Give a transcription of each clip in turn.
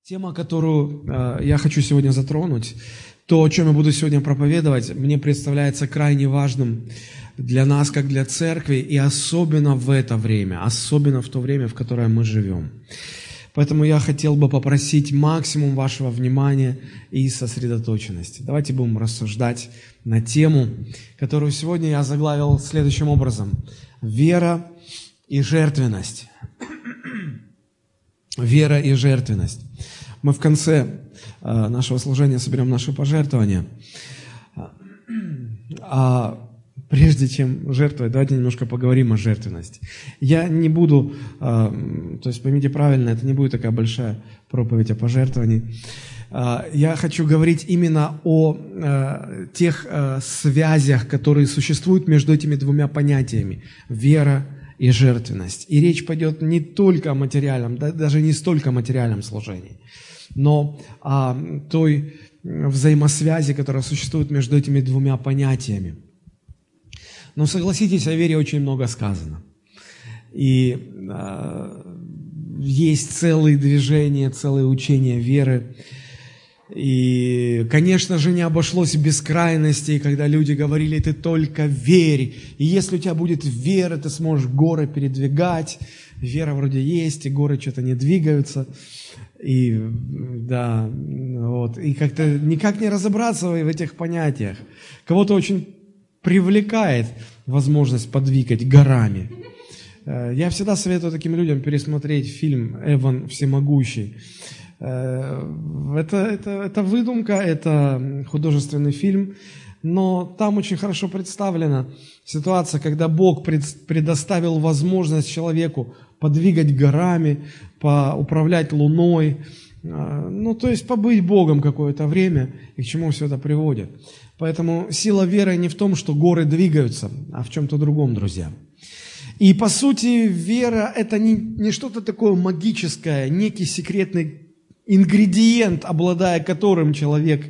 Тема, которую я хочу сегодня затронуть, то, о чем я буду сегодня проповедовать, мне представляется крайне важным для нас, как для церкви, и особенно в это время, особенно в то время, в которое мы живем. Поэтому я хотел бы попросить максимум вашего внимания и сосредоточенности. Давайте будем рассуждать на тему, которую сегодня я заглавил следующим образом. Вера и жертвенность. Вера и жертвенность. Мы в конце нашего служения соберем наши пожертвования. А прежде чем жертвовать, давайте немножко поговорим о жертвенности. Я не буду, то есть поймите правильно, это не будет такая большая проповедь о пожертвовании. Я хочу говорить именно о тех связях, которые существуют между этими двумя понятиями – вера и жертвенность. И речь пойдет не только о материальном, даже не столько о материальном служении, но о той взаимосвязи, которая существует между этими двумя понятиями. Но согласитесь, о вере очень много сказано. И есть целые движения, целые учения веры. И, конечно же, не обошлось без крайностей, когда люди говорили: ты только верь, и если у тебя будет вера, ты сможешь горы передвигать. Вера вроде есть, и горы что-то не двигаются. И, да, вот, и как-то никак не разобраться в этих понятиях. Кого-то очень привлекает возможность подвигать горами. Я всегда советую таким людям пересмотреть фильм «Эван Всемогущий». Это выдумка, это художественный фильм, но там очень хорошо представлена ситуация, когда Бог предоставил возможность человеку подвигать горами, управлять луной, то есть побыть Богом какое-то время, и к чему все это приводит. Поэтому сила веры не в том, что горы двигаются, а в чем-то другом, друзья. И по сути вера – это не что-то такое магическое, некий секретный ингредиент, обладая которым человек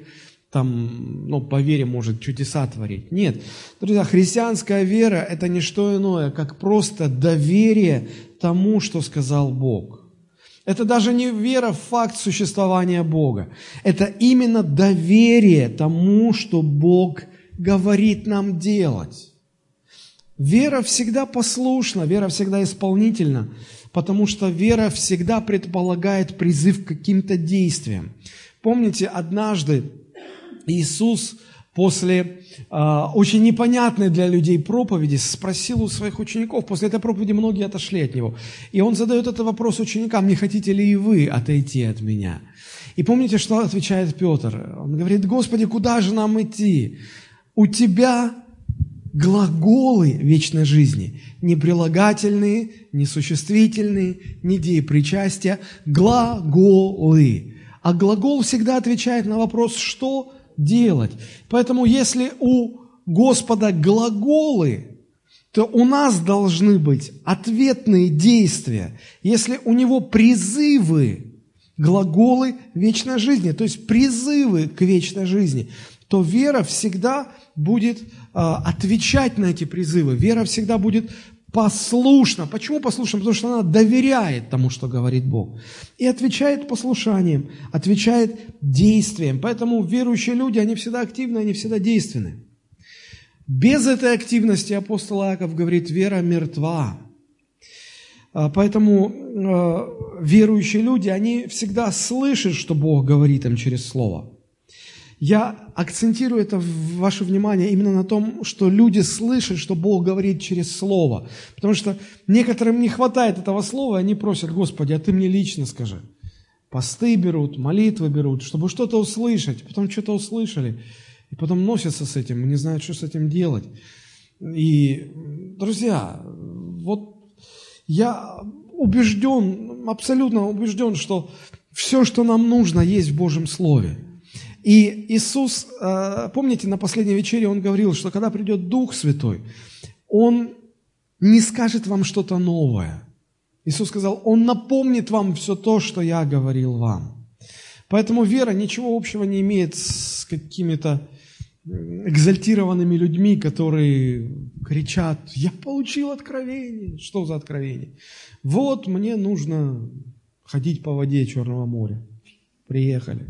по вере может чудеса творить. Нет, друзья, христианская вера – это не что иное, как просто доверие тому, что сказал Бог. Это даже не вера в факт существования Бога. Это именно доверие тому, что Бог говорит нам делать. Вера всегда послушна, вера всегда исполнительна, потому что вера всегда предполагает призыв к каким-то действиям. Помните, однажды Иисус после очень непонятной для людей проповеди спросил у своих учеников, после этой проповеди многие отошли от Него, и Он задает этот вопрос ученикам: не хотите ли и вы отойти от Меня? И помните, что отвечает Петр? Он говорит: Господи, куда же нам идти? У Тебя глаголы вечной жизни, не прилагательные, не существительные, не деепричастия, глаголы. А глагол всегда отвечает на вопрос, что делать. Поэтому если у Господа глаголы, то у нас должны быть ответные действия. Если у Него призывы, глаголы вечной жизни, то есть призывы к вечной жизни, то вера всегда будет отвечать на эти призывы. Вера всегда будет послушна. Почему послушна? Потому что она доверяет тому, что говорит Бог. И отвечает послушанием, отвечает действием. Поэтому верующие люди, они всегда активны, они всегда действенны. Без этой активности, апостол Иаков говорит, вера мертва. Поэтому верующие люди, они всегда слышат, что Бог говорит им через Слово. Я акцентирую это ваше внимание именно на том, что люди слышат, что Бог говорит через Слово. Потому что некоторым не хватает этого слова, и они просят: Господи, а Ты мне лично скажи. Посты берут, молитвы берут, чтобы что-то услышать. Потом что-то услышали, и потом носятся с этим, и не знают, что с этим делать. И, друзья, вот я убежден, абсолютно убежден, что все, что нам нужно, есть в Божьем Слове. И Иисус, помните, на последней вечере Он говорил, что когда придет Дух Святой, Он не скажет вам что-то новое. Иисус сказал: Он напомнит вам все то, что Я говорил вам. Поэтому вера ничего общего не имеет с какими-то экзальтированными людьми, которые кричат: я получил откровение. Что за откровение? Вот мне нужно ходить по воде Черного моря. приехали.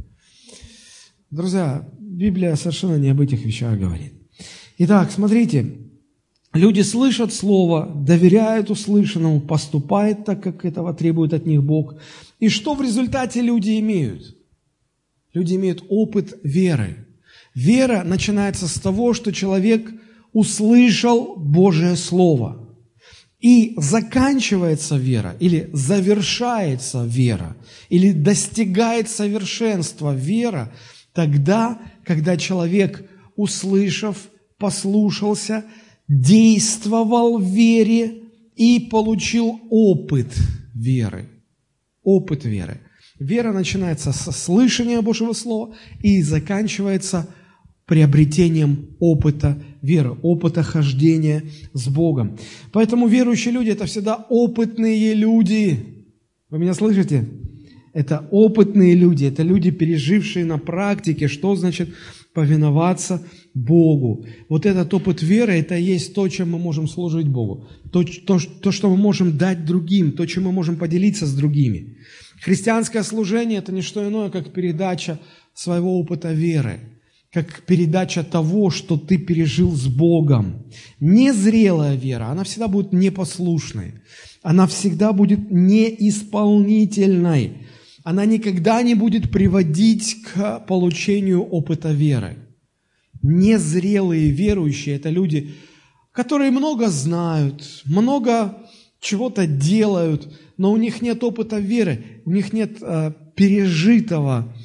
Друзья, Библия совершенно не об этих вещах говорит. Итак, смотрите, люди слышат Слово, доверяют услышанному, поступают так, как этого требует от них Бог. И что в результате люди имеют? Люди имеют опыт веры. Вера начинается с того, что человек услышал Божие Слово. И заканчивается вера, или завершается вера, или достигает совершенства вера тогда, когда человек, услышав, послушался, действовал в вере и получил опыт веры. Опыт веры. Вера начинается со слышания Божьего Слова и заканчивается приобретением опыта веры, опыта хождения с Богом. Поэтому верующие люди – это всегда опытные люди. Вы меня слышите? Это опытные люди, это люди, пережившие на практике, что значит повиноваться Богу. Вот этот опыт веры – это и есть то, чем мы можем служить Богу, то, что мы можем дать другим, то, чем мы можем поделиться с другими. Христианское служение – это не что иное, как передача своего опыта веры, как передача того, что ты пережил с Богом. Незрелая вера, она всегда будет непослушной, она всегда будет неисполнительной, она никогда не будет приводить к получению опыта веры. Незрелые верующие – это люди, которые много знают, много чего-то делают, но у них нет опыта веры, у них нет пережитого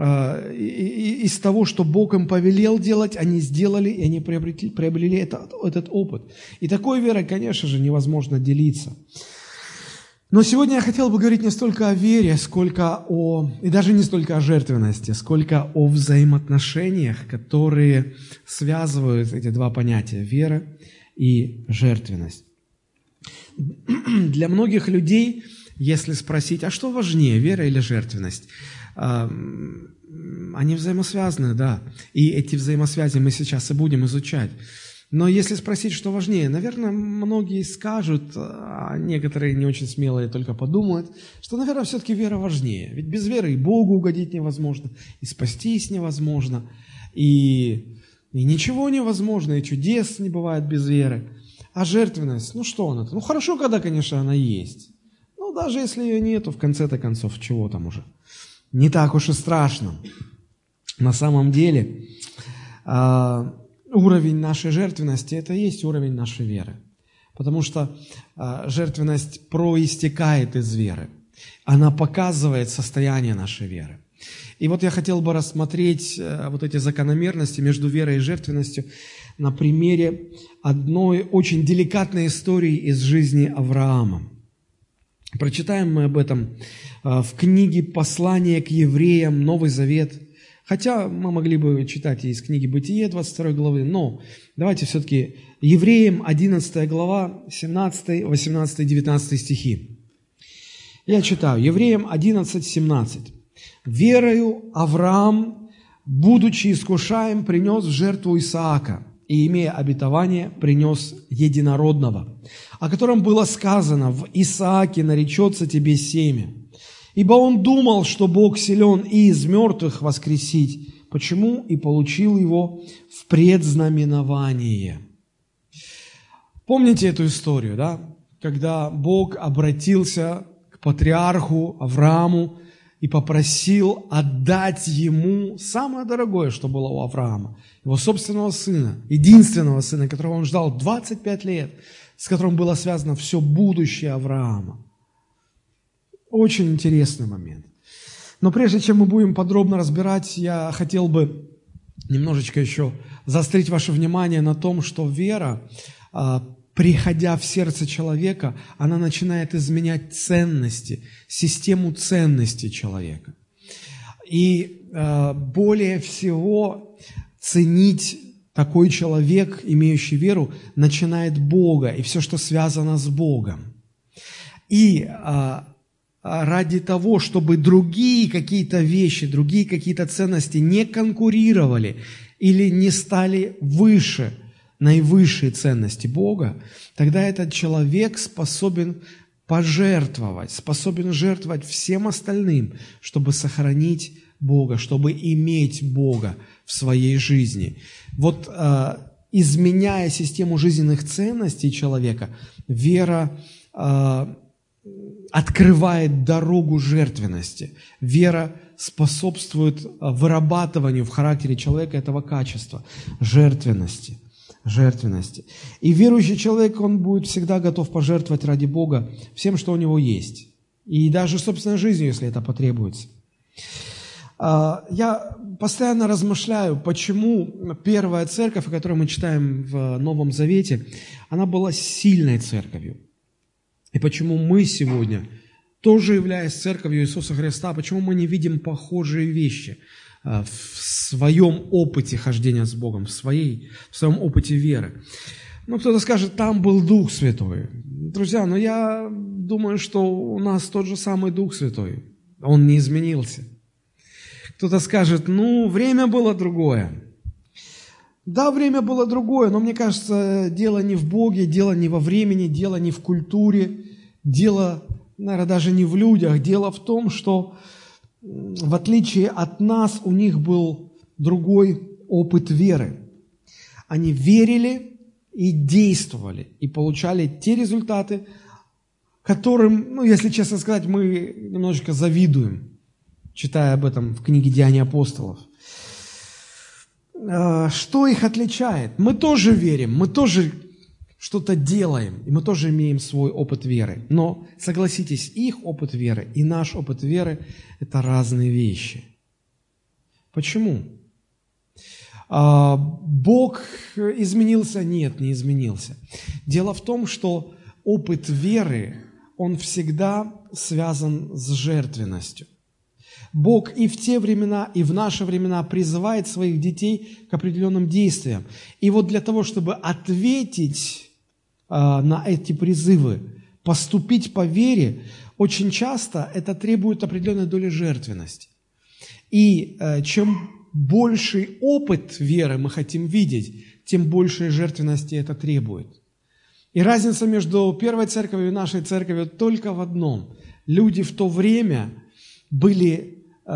из того, что Бог им повелел делать, они сделали, и они приобрели этот опыт. И такой верой, конечно же, невозможно делиться. Но сегодня я хотел бы говорить не столько о вере, и даже не столько о жертвенности, сколько о взаимоотношениях, которые связывают эти два понятия – вера и жертвенность. Для многих людей, если спросить, а что важнее, вера или жертвенность? Они взаимосвязаны, да. И эти взаимосвязи мы сейчас и будем изучать. Но если спросить, что важнее, наверное, многие скажут, а некоторые не очень смелые только подумают, что, наверное, все-таки вера важнее. Ведь без веры и Богу угодить невозможно, и спастись невозможно, и ничего невозможно, и чудес не бывает без веры. А жертвенность, что она? Хорошо, когда, конечно, она есть. Даже если ее нету, в конце-то концов, чего там уже? Не так уж и страшно. На самом деле, уровень нашей жертвенности – это и есть уровень нашей веры. Потому что жертвенность проистекает из веры. Она показывает состояние нашей веры. И вот я хотел бы рассмотреть вот эти закономерности между верой и жертвенностью на примере одной очень деликатной истории из жизни Авраама. Прочитаем мы об этом в книге «Послание к евреям. Новый Завет». Хотя мы могли бы читать и из книги «Бытие» 22 главы, но давайте все-таки Евреям 11 глава, 17, 18, 19 стихи. Я читаю. Евреям 11, 17. «Верою Авраам, будучи искушаем, принес в жертву Исаака, и, имея обетование, принес единородного, о котором было сказано: в Исааке наречется тебе семя. Ибо он думал, что Бог силен и из мертвых воскресить, почему и получил его в предзнаменование». Помните эту историю, да? Когда Бог обратился к патриарху Аврааму и попросил отдать ему самое дорогое, что было у Авраама, его собственного сына, единственного сына, которого он ждал 25 лет, с которым было связано все будущее Авраама. Очень интересный момент. Но прежде чем мы будем подробно разбирать, я хотел бы немножечко еще заострить ваше внимание на том, что вера, приходя в сердце человека, она начинает изменять ценности, систему ценностей человека. И более всего ценить такой человек, имеющий веру, начинает Бога и все, что связано с Богом. И ради того, чтобы другие какие-то вещи, другие какие-то ценности не конкурировали или не стали выше наивысшей ценности Бога, тогда этот человек способен пожертвовать, способен жертвовать всем остальным, чтобы сохранить Бога, чтобы иметь Бога в своей жизни. Вот изменяя систему жизненных ценностей человека, вера открывает дорогу жертвенности. Вера способствует вырабатыванию в характере человека этого качества – жертвенности. И верующий человек, он будет всегда готов пожертвовать ради Бога всем, что у него есть. И даже собственной жизнью, если это потребуется. Я постоянно размышляю, почему первая церковь, о которой мы читаем в Новом Завете, она была сильной церковью. И почему мы сегодня, тоже являясь церковью Иисуса Христа, почему мы не видим похожие вещи в своем опыте хождения с Богом, в своем опыте веры. Кто-то скажет, там был Дух Святой. Друзья, но я думаю, что у нас тот же самый Дух Святой. Он не изменился. Кто-то скажет, время было другое. Да, время было другое, но мне кажется, дело не в Боге, дело не во времени, дело не в культуре, дело, наверное, даже не в людях. Дело в том, что в отличие от нас, у них был другой опыт веры. Они верили и действовали, и получали те результаты, которым, если честно сказать, мы немножечко завидуем, читая об этом в книге «Деяния апостолов». Что их отличает? Мы тоже верим, мы тоже что-то делаем, и мы тоже имеем свой опыт веры. Но, согласитесь, их опыт веры и наш опыт веры – это разные вещи. Почему? Бог изменился? Нет, не изменился. Дело в том, что опыт веры, он всегда связан с жертвенностью. Бог и в те времена, и в наши времена призывает своих детей к определенным действиям. И вот для того, чтобы ответить на эти призывы, поступить по вере, очень часто это требует определенной доли жертвенности. И чем больший опыт веры мы хотим видеть, тем большей жертвенности это требует. И разница между первой церковью и нашей церковью только в одном. Люди в то время были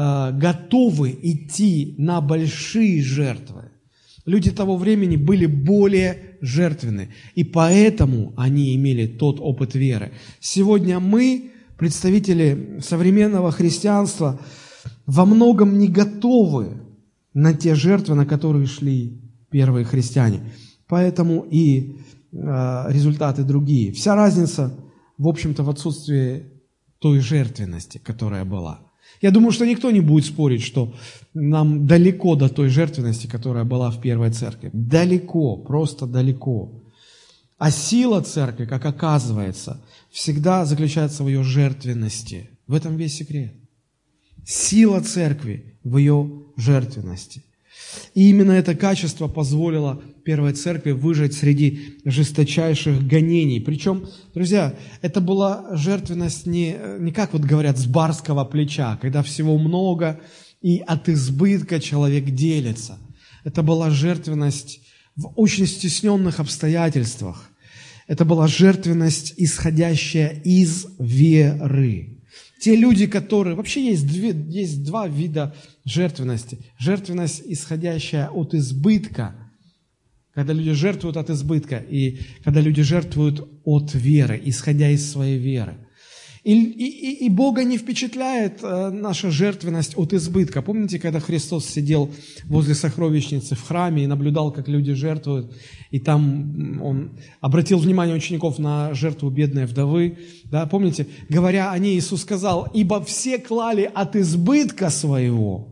готовы идти на большие жертвы. Люди того времени были более жертвенны, и поэтому они имели тот опыт веры. Сегодня мы, представители современного христианства, во многом не готовы на те жертвы, на которые шли первые христиане. Поэтому и результаты другие. Вся разница, в общем-то, в отсутствии той жертвенности, которая была. Я думаю, что никто не будет спорить, что нам далеко до той жертвенности, которая была в первой церкви. Далеко, просто далеко. А сила церкви, как оказывается, всегда заключается в ее жертвенности. В этом весь секрет. Сила церкви в ее жертвенности. И именно это качество позволило первой церкви выжить среди жесточайших гонений. Причем, друзья, это была жертвенность не как вот говорят, с барского плеча, когда всего много и от избытка человек делится. Это была жертвенность в очень стесненных обстоятельствах. Это была жертвенность, исходящая из веры. Те люди, которые... Вообще есть два вида жертвенности. Жертвенность, исходящая от избытка, когда люди жертвуют от избытка, и когда люди жертвуют от веры, исходя из своей веры. И Бога не впечатляет наша жертвенность от избытка. Помните, когда Христос сидел возле сокровищницы в храме и наблюдал, как люди жертвуют, и там Он обратил внимание учеников на жертву бедной вдовы. Да, помните, говоря о ней, Иисус сказал, «Ибо все клали от избытка своего».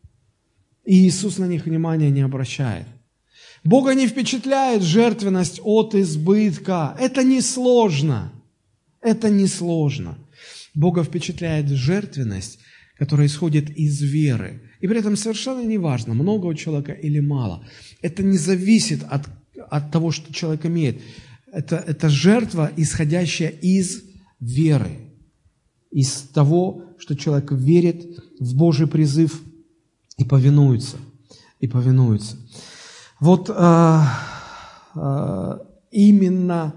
И Иисус на них внимания не обращает. Бога не впечатляет жертвенность от избытка. Это несложно. Это несложно. Бога впечатляет жертвенность, которая исходит из веры. И при этом совершенно не важно, много у человека или мало. Это не зависит от того, что человек имеет. Это жертва, исходящая из веры. Из того, что человек верит в Божий призыв и повинуется. Вот именно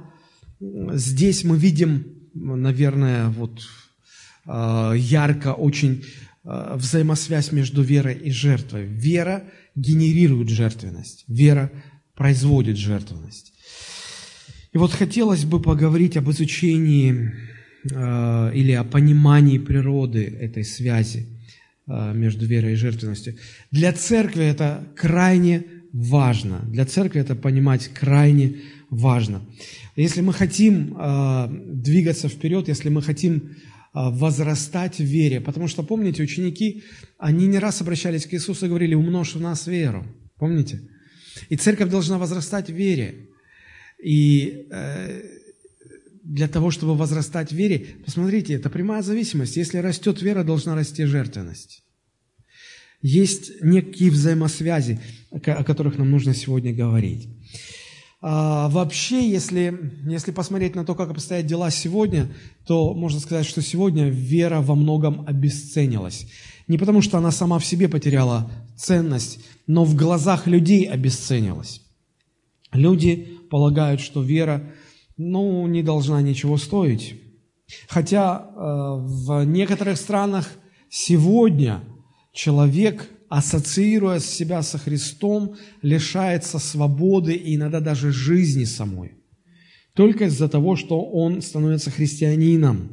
здесь мы видим, наверное, ярко очень взаимосвязь между верой и жертвой. Вера генерирует жертвенность, вера производит жертвенность. И вот хотелось бы поговорить об изучении или о понимании природы этой связи между верой и жертвенностью. Для церкви это крайне важно. Для церкви это понимать крайне важно. Если мы хотим двигаться вперед, если мы хотим возрастать в вере, потому что, помните, ученики, они не раз обращались к Иисусу и говорили: «Умножь в нас веру». Помните? И церковь должна возрастать в вере. И для того, чтобы возрастать в вере, посмотрите, это прямая зависимость. Если растет вера, должна расти жертвенность. Есть некие взаимосвязи, о которых нам нужно сегодня говорить. Вообще, если посмотреть на то, как обстоят дела сегодня, то можно сказать, что сегодня вера во многом обесценилась. Не потому, что она сама в себе потеряла ценность, но в глазах людей обесценилась. Люди полагают, что вера, не должна ничего стоить. Хотя в некоторых странах сегодня человек, ассоциируя себя со Христом, лишается свободы и иногда даже жизни самой. Только из-за того, что он становится христианином.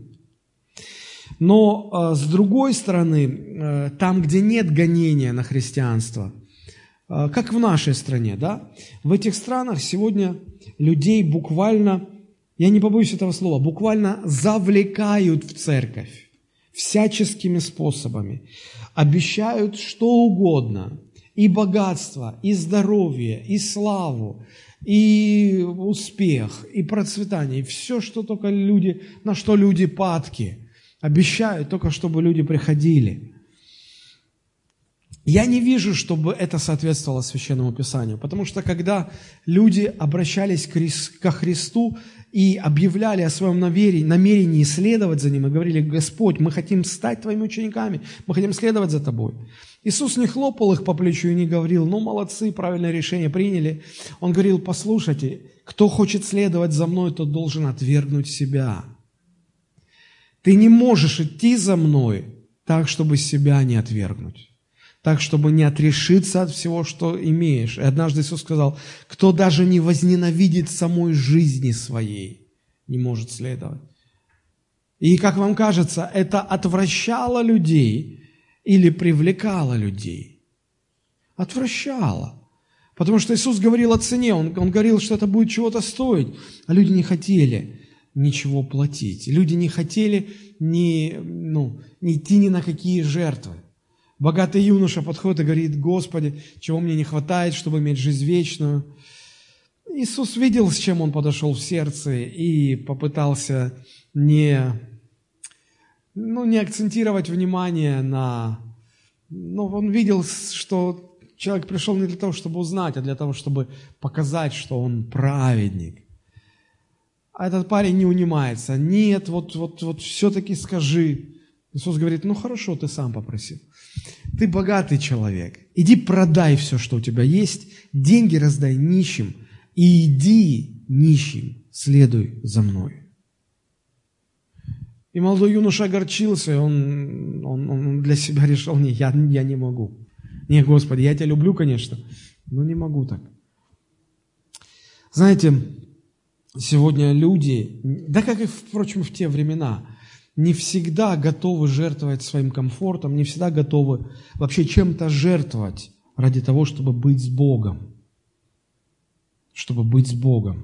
Но с другой стороны, там, где нет гонения на христианство, как в нашей стране, да, в этих странах сегодня людей буквально, я не побоюсь этого слова, буквально завлекают в церковь всяческими способами. Обещают что угодно, и богатство, и здоровье, и славу, и успех, и процветание, и все, что только люди, на что люди падки, обещают только, чтобы люди приходили. Я не вижу, чтобы это соответствовало Священному Писанию, потому что когда люди обращались ко Христу и объявляли о своем намерении следовать за Ним, и говорили: «Господь, мы хотим стать Твоими учениками, мы хотим следовать за Тобой». Иисус не хлопал их по плечу и не говорил: молодцы, правильное решение приняли. Он говорил: послушайте, кто хочет следовать за Мной, тот должен отвергнуть себя. Ты не можешь идти за Мной так, чтобы себя не отвергнуть. Так, чтобы не отрешиться от всего, что имеешь. И однажды Иисус сказал: кто даже не возненавидит самой жизни своей, не может следовать. И, как вам кажется, это отвращало людей или привлекало людей? Отвращало. Потому что Иисус говорил о цене, Он говорил, что это будет чего-то стоить, а люди не хотели ничего платить. Люди не хотели идти ни на какие жертвы. Богатый юноша подходит и говорит: «Господи, чего мне не хватает, чтобы иметь жизнь вечную?» Иисус видел, с чем он подошел в сердце, и попытался не акцентировать внимание на... Он видел, что человек пришел не для того, чтобы узнать, а для того, чтобы показать, что он праведник. А этот парень не унимается. «Нет, вот все-таки скажи». Иисус говорит: хорошо, ты сам попросил. Ты богатый человек, иди продай все, что у тебя есть, деньги раздай нищим, и иди нищим, следуй за мной. И молодой юноша огорчился, и он для себя решил: я не могу. Не, Господи, я тебя люблю, конечно, но не могу так. Знаете, сегодня люди, да как и, впрочем, в те времена, не всегда готовы жертвовать своим комфортом, не всегда готовы вообще чем-то жертвовать ради того, чтобы быть с Богом. Чтобы быть с Богом.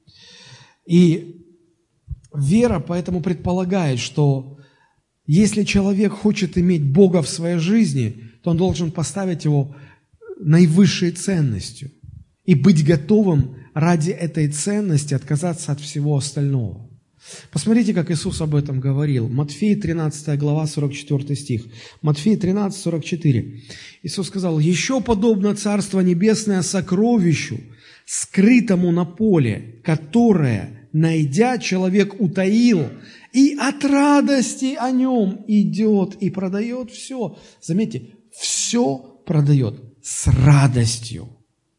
И вера поэтому предполагает, что если человек хочет иметь Бога в своей жизни, то он должен поставить Его наивысшей ценностью и быть готовым ради этой ценности отказаться от всего остального. Посмотрите, как Иисус об этом говорил. Матфея 13 глава, 44 стих. Матфея 13, 44. Иисус сказал: «Еще подобно Царство Небесное сокровищу, скрытому на поле, которое, найдя, человек утаил, и от радости о нем идет и продает все». Заметьте, все продает с радостью.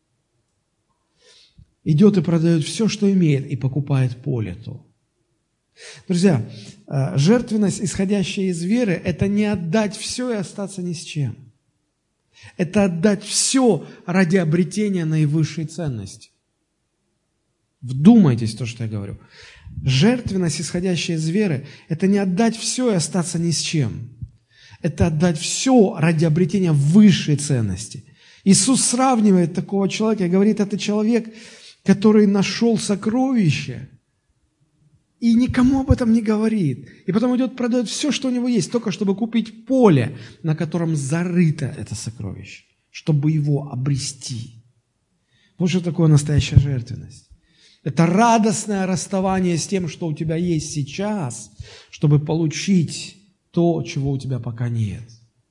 Идет и продает все, что имеет, и покупает поле то. Друзья, жертвенность, исходящая из веры, это не отдать все и остаться ни с чем. Это отдать все ради обретения наивысшей ценности. Вдумайтесь в то, что я говорю. Жертвенность, исходящая из веры, это не отдать все и остаться ни с чем. Это отдать все ради обретения высшей ценности. Иисус сравнивает такого человека и говорит, это человек, который нашел сокровище и никому об этом не говорит. И потом идет, продает все, что у него есть, только чтобы купить поле, на котором зарыто это сокровище, чтобы его обрести. Вот что такое настоящая жертвенность. Это радостное расставание с тем, что у тебя есть сейчас, чтобы получить то, чего у тебя пока нет.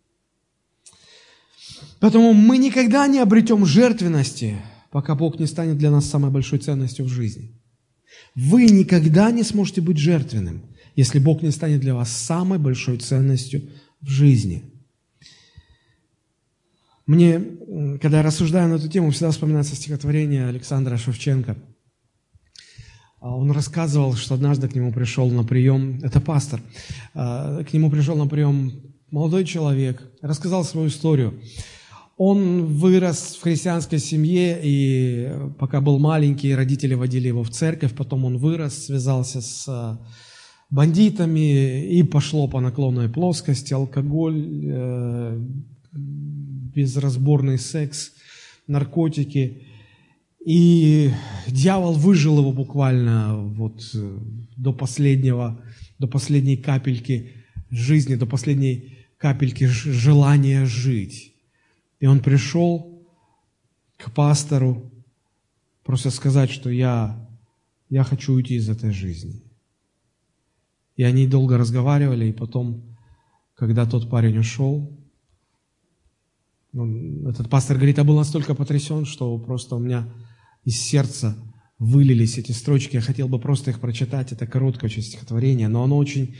Поэтому мы никогда не обретем жертвенности, пока Бог не станет для нас самой большой ценностью в жизни. Вы никогда не сможете быть жертвенным, если Бог не станет для вас самой большой ценностью в жизни. Мне, когда я рассуждаю на эту тему, всегда вспоминается стихотворение Александра Шевченко. Он рассказывал, что однажды к нему пришел на прием, это пастор, к нему пришел на прием молодой человек, рассказал свою историю. Он вырос в христианской семье, и пока был маленький, родители водили его в церковь, потом он вырос, связался с бандитами, и пошло по наклонной плоскости, алкоголь, безразборный секс, наркотики. И дьявол выжил его буквально вот до последней капельки жизни, до последней капельки желания жить. И он пришел к пастору просто сказать, что я хочу уйти из этой жизни. И они долго разговаривали, и потом, когда тот парень ушел, этот пастор говорит, я был настолько потрясен, что просто у меня из сердца вылились эти строчки. Я хотел бы просто их прочитать. Это короткое очень стихотворение, но оно очень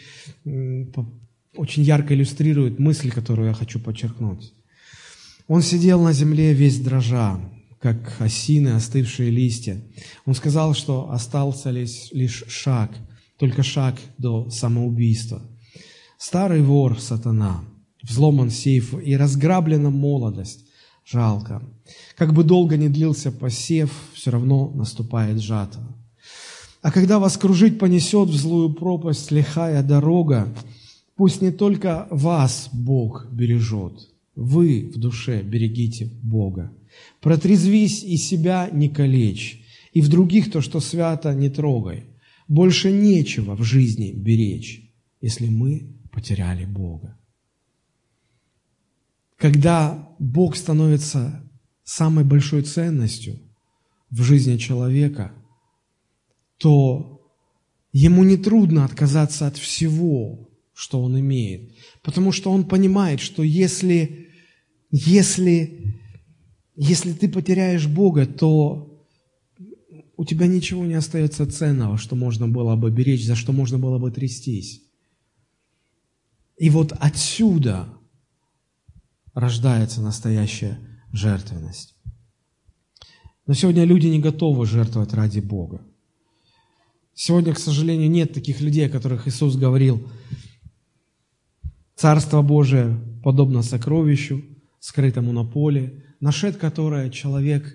ярко иллюстрирует мысль, которую я хочу подчеркнуть. Он сидел на земле весь дрожа, как осины, остывшие листья. Он сказал, что остался лишь шаг, только шаг до самоубийства. Старый вор сатана, взломан сейф и разграблена молодость. Жалко. Как бы долго ни длился посев, все равно наступает жатва. А когда вас кружить понесет в злую пропасть лихая дорога, пусть не только вас Бог бережет, вы в душе берегите Бога. Протрезвись и себя не калечь, и в других то, что свято, не трогай. Больше нечего в жизни беречь, если мы потеряли Бога. Когда Бог становится самой большой ценностью в жизни человека, то ему нетрудно отказаться от всего, что он имеет. Потому что он понимает, что если ты потеряешь Бога, то у тебя ничего не остается ценного, что можно было бы беречь, за что можно было бы трястись. И вот отсюда рождается настоящая жертвенность. Но сегодня люди не готовы жертвовать ради Бога. Сегодня, к сожалению, нет таких людей, о которых Иисус говорил: «Царство Божие подобно сокровищу, скрытому на поле, нашед которое человек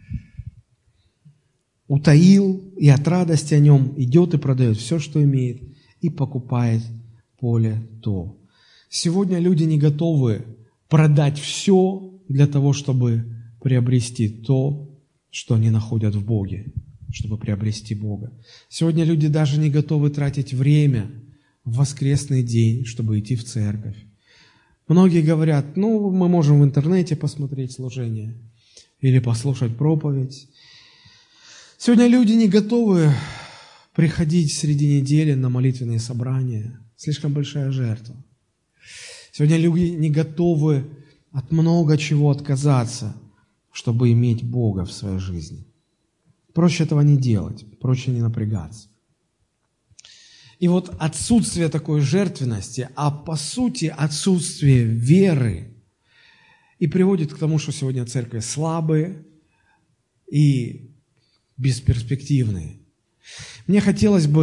утаил, и от радости о нем идет и продает все, что имеет, и покупает поле то». Сегодня люди не готовы продать все для того, чтобы приобрести то, что они находят в Боге, чтобы приобрести Бога. Сегодня люди даже не готовы тратить время в воскресный день, чтобы идти в церковь. Многие говорят, мы можем в интернете посмотреть служение или послушать проповедь. Сегодня люди не готовы приходить среди недели на молитвенные собрания. Слишком большая жертва. Сегодня люди не готовы от много чего отказаться, чтобы иметь Бога в своей жизни. Проще этого не делать, проще не напрягаться. И вот отсутствие такой жертвенности, а по сути отсутствие веры, и приводит к тому, что сегодня церкви слабые и бесперспективные. Мне хотелось бы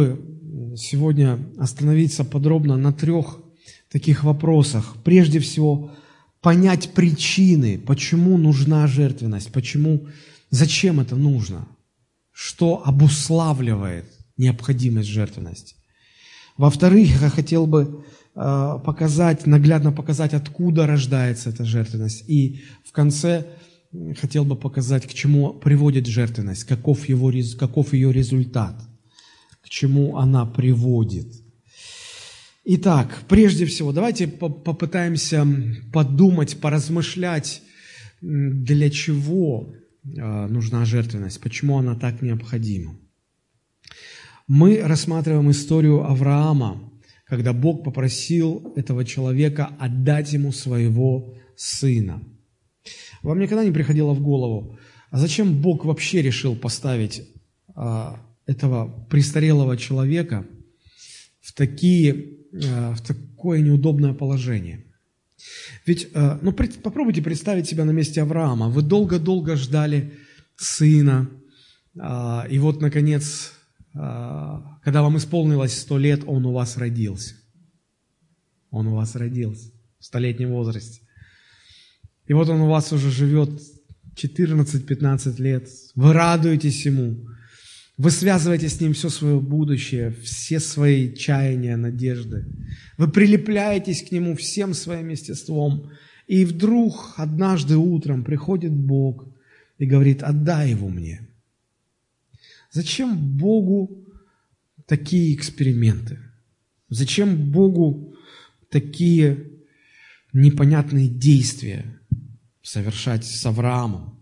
сегодня остановиться подробно на 3 таких вопросах. Прежде всего, понять причины, почему нужна жертвенность, зачем это нужно, что обуславливает необходимость жертвенности. Во-вторых, я хотел бы наглядно показать, откуда рождается эта жертвенность. И в конце хотел бы показать, к чему приводит жертвенность, каков ее результат, к чему она приводит. Итак, прежде всего, давайте попытаемся подумать, поразмышлять, для чего нужна жертвенность, почему она так необходима. Мы рассматриваем историю Авраама, когда Бог попросил этого человека отдать ему своего сына. Вам никогда не приходило в голову, а зачем Бог вообще решил поставить этого престарелого человека в такое неудобное положение? Ведь, попробуйте представить себя на месте Авраама. Вы долго-долго ждали сына, и вот, наконец, когда вам исполнилось 100 лет, он у вас родился. Он у вас родился в 100-летнем возрасте. И вот он у вас уже живет 14-15 лет. Вы радуетесь ему. Вы связываете с ним все свое будущее, все свои чаяния, надежды. Вы прилепляетесь к нему всем своим естеством. И вдруг однажды утром приходит Бог и говорит: отдай его мне. Зачем Богу такие эксперименты? Зачем Богу такие непонятные действия совершать с Авраамом?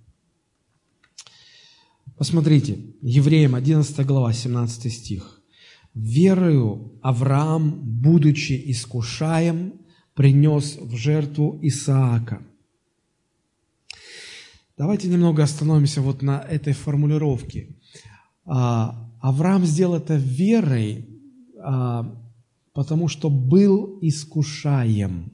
Посмотрите, Евреям 11 глава, 17 стих. «Верою Авраам, будучи искушаем, принес в жертву Исаака». Давайте немного остановимся вот на этой формулировке. Авраам сделал это верой, потому что был искушаем.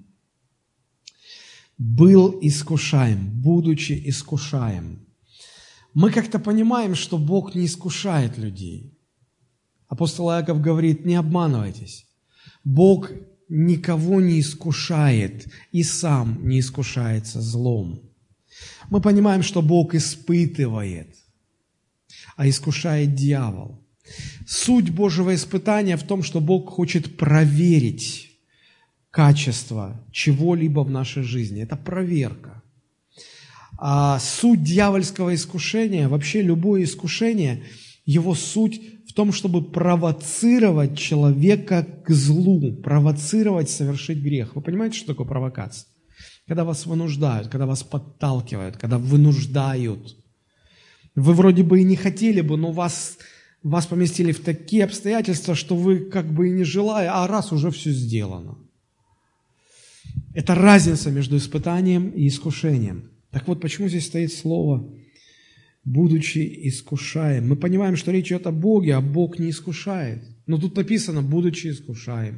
Был искушаем, будучи искушаем. Мы как-то понимаем, что Бог не искушает людей. Апостол Иаков говорит: не обманывайтесь. Бог никого не искушает и сам не искушается злом. Мы понимаем, что Бог испытывает, а искушает дьявол. Суть Божьего испытания в том, что Бог хочет проверить качество чего-либо в нашей жизни. Это проверка. А суть дьявольского искушения, вообще любое искушение, его суть в том, чтобы провоцировать человека к злу, провоцировать совершить грех. Вы понимаете, что такое провокация? Когда вас вынуждают, когда вас подталкивают, когда вынуждают. Вы вроде бы и не хотели бы, но вас поместили в такие обстоятельства, что вы как бы и не желая, а раз уже все сделано. Это разница между испытанием и искушением. Так вот, почему здесь стоит слово «будучи искушаем»? Мы понимаем, что речь идет о Боге, а Бог не искушает. Но тут написано «будучи искушаем».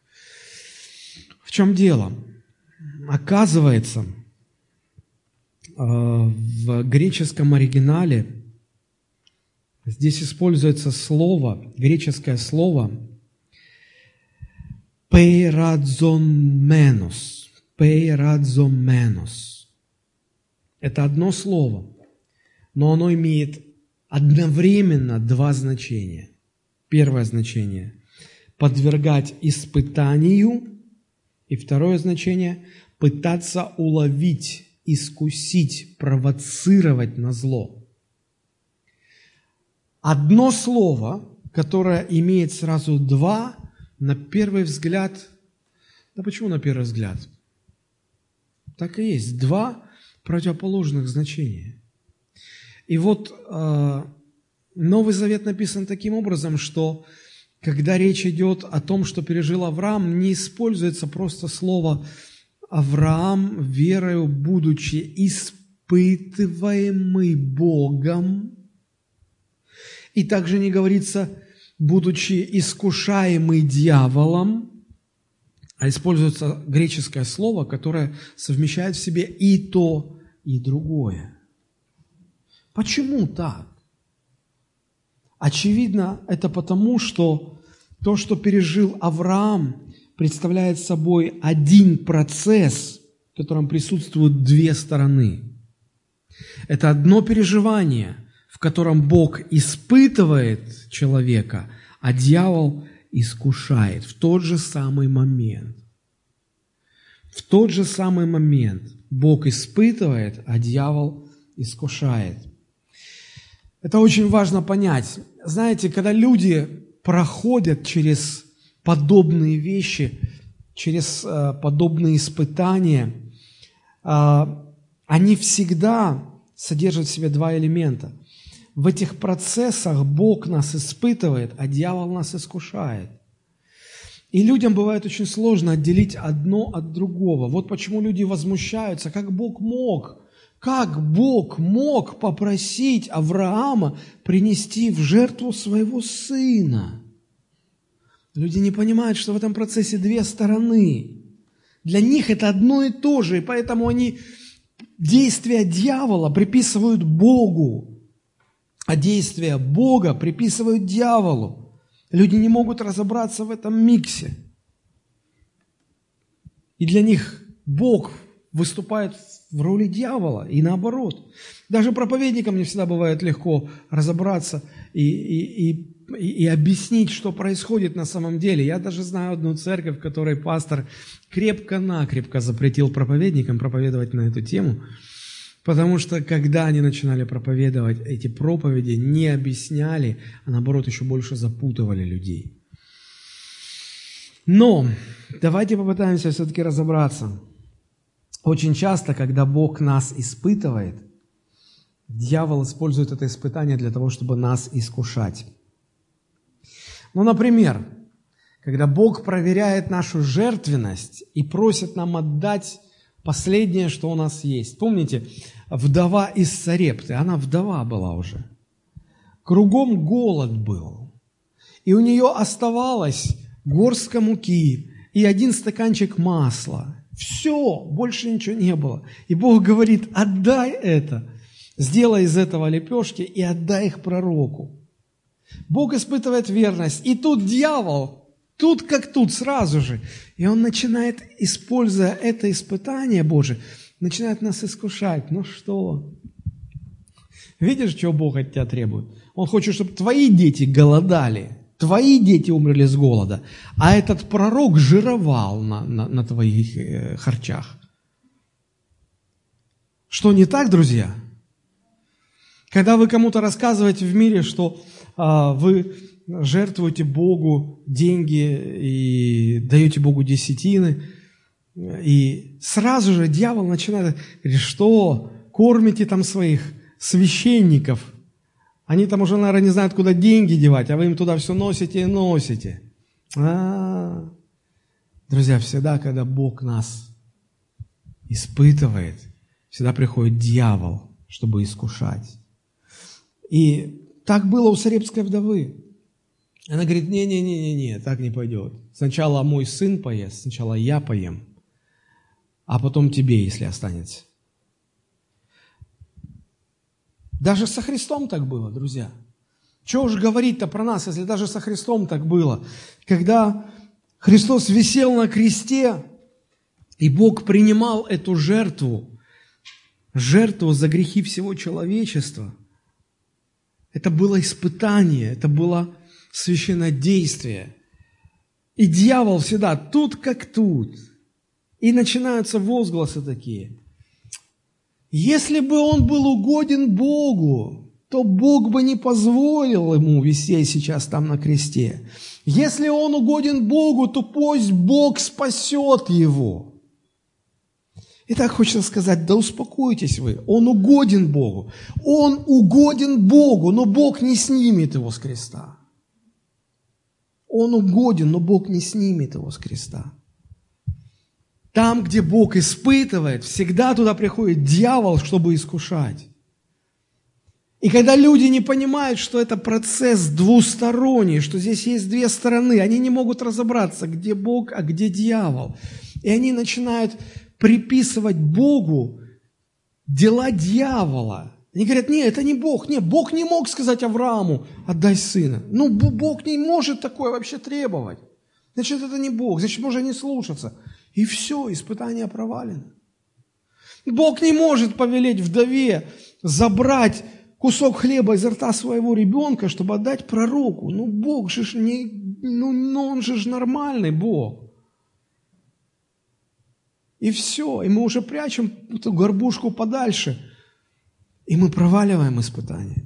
В чем дело? Оказывается, в греческом оригинале здесь используется греческое слово «пейрадзоменос». «Пейрадзоменос». Это одно слово, но оно имеет одновременно 2 значения. Первое значение – подвергать испытанию, и второе значение – пытаться уловить, искусить, провоцировать на зло. Одно слово, которое имеет сразу 2, на первый взгляд, да почему на первый взгляд? Так и есть, 2 противоположных значения. И вот Новый Завет написан таким образом, что когда речь идет о том, что пережил Авраам, не используется просто слово «Авраам, верою будучи испытываемый Богом», и также не говорится «будучи искушаемый дьяволом», а используется греческое слово, которое совмещает в себе и то, и другое. Почему так? Очевидно, это потому, что То, что пережил Авраам, представляет собой один процесс, в котором присутствуют две стороны. Это одно переживание, в котором Бог испытывает человека, а дьявол искушает в тот же самый момент. В тот же самый момент Бог испытывает, а дьявол искушает. Это очень важно понять. Знаете, когда люди проходят через подобные вещи, через подобные испытания, они всегда содержат в себе два элемента. В этих процессах Бог нас испытывает, а дьявол нас искушает. И людям бывает очень сложно отделить одно от другого. Вот почему люди возмущаются, как Бог мог попросить Авраама принести в жертву своего сына? Люди не понимают, что в этом процессе две стороны. Для них это одно и то же, и поэтому они действия дьявола приписывают Богу, а действия Бога приписывают дьяволу. Люди не могут разобраться в этом миксе. И для них Бог выступает в роли дьявола, и наоборот. Даже проповедникам не всегда бывает легко разобраться и объяснить, что происходит на самом деле. Я даже знаю одну церковь, в которой пастор крепко-накрепко запретил проповедникам проповедовать на эту тему, потому что, когда они начинали проповедовать, эти проповеди не объясняли, а наоборот еще больше запутывали людей. Но давайте попытаемся все-таки разобраться. Очень часто, когда Бог нас испытывает, дьявол использует это испытание для того, чтобы нас искушать. Ну, например, когда Бог проверяет нашу жертвенность и просит нам отдать последнее, что у нас есть. Помните, вдова из Сарепты, она вдова была уже. Кругом голод был. И у нее оставалось горстка муки и 1 стаканчик масла. Все, больше ничего не было. И Бог говорит: отдай это, сделай из этого лепешки и отдай их пророку. Бог испытывает верность. И тут дьявол, тут как тут, сразу же. И он начинает, используя это испытание Божие, начинает нас искушать. Ну что? Видишь, чего Бог от тебя требует? Он хочет, чтобы твои дети голодали, твои дети умерли с голода, а этот пророк жировал на твоих харчах. Что не так, друзья? Когда вы кому-то рассказываете в мире, что вы жертвуете Богу деньги и даете Богу десятины, и сразу же дьявол начинает говорить: что кормите там своих священников? Они там уже, наверное, не знают, куда деньги девать, а вы им туда все носите и носите. Друзья, всегда, когда Бог нас испытывает, всегда приходит дьявол, чтобы искушать. И так было у Сарепской вдовы. Она говорит: не, так не пойдет. Сначала мой сын поест, сначала я поем, а потом тебе, если останется. Даже со Христом так было, друзья. Чего уж говорить-то про нас, если даже со Христом так было. Когда Христос висел на кресте, и Бог принимал эту жертву за грехи всего человечества, это было испытание, это было священное действие. И дьявол всегда тут как тут. И начинаются возгласы такие: если бы он был угоден Богу, то Бог бы не позволил ему висеть сейчас там на кресте. Если он угоден Богу, то пусть Бог спасет его. И так хочется сказать: да успокойтесь вы, он угоден Богу. Он угоден Богу, но Бог не снимет его с креста. Он угоден, но Бог не снимет его с креста. Там, где Бог испытывает, всегда туда приходит дьявол, чтобы искушать. И когда люди не понимают, что это процесс двусторонний, что здесь есть две стороны, они не могут разобраться, где Бог, а где дьявол. И они начинают приписывать Богу дела дьявола Они говорят, нет, это не Бог. Нет, Бог не мог сказать Аврааму, отдай сына. Ну, Бог не может такое вообще требовать. Значит, это не Бог, значит, можно не слушаться. И все, испытание провалено. Бог не может повелеть вдове забрать кусок хлеба изо рта своего ребенка, чтобы отдать пророку. Ну, Бог же он же нормальный Бог. И все, и мы уже прячем эту горбушку подальше, и мы проваливаем испытания.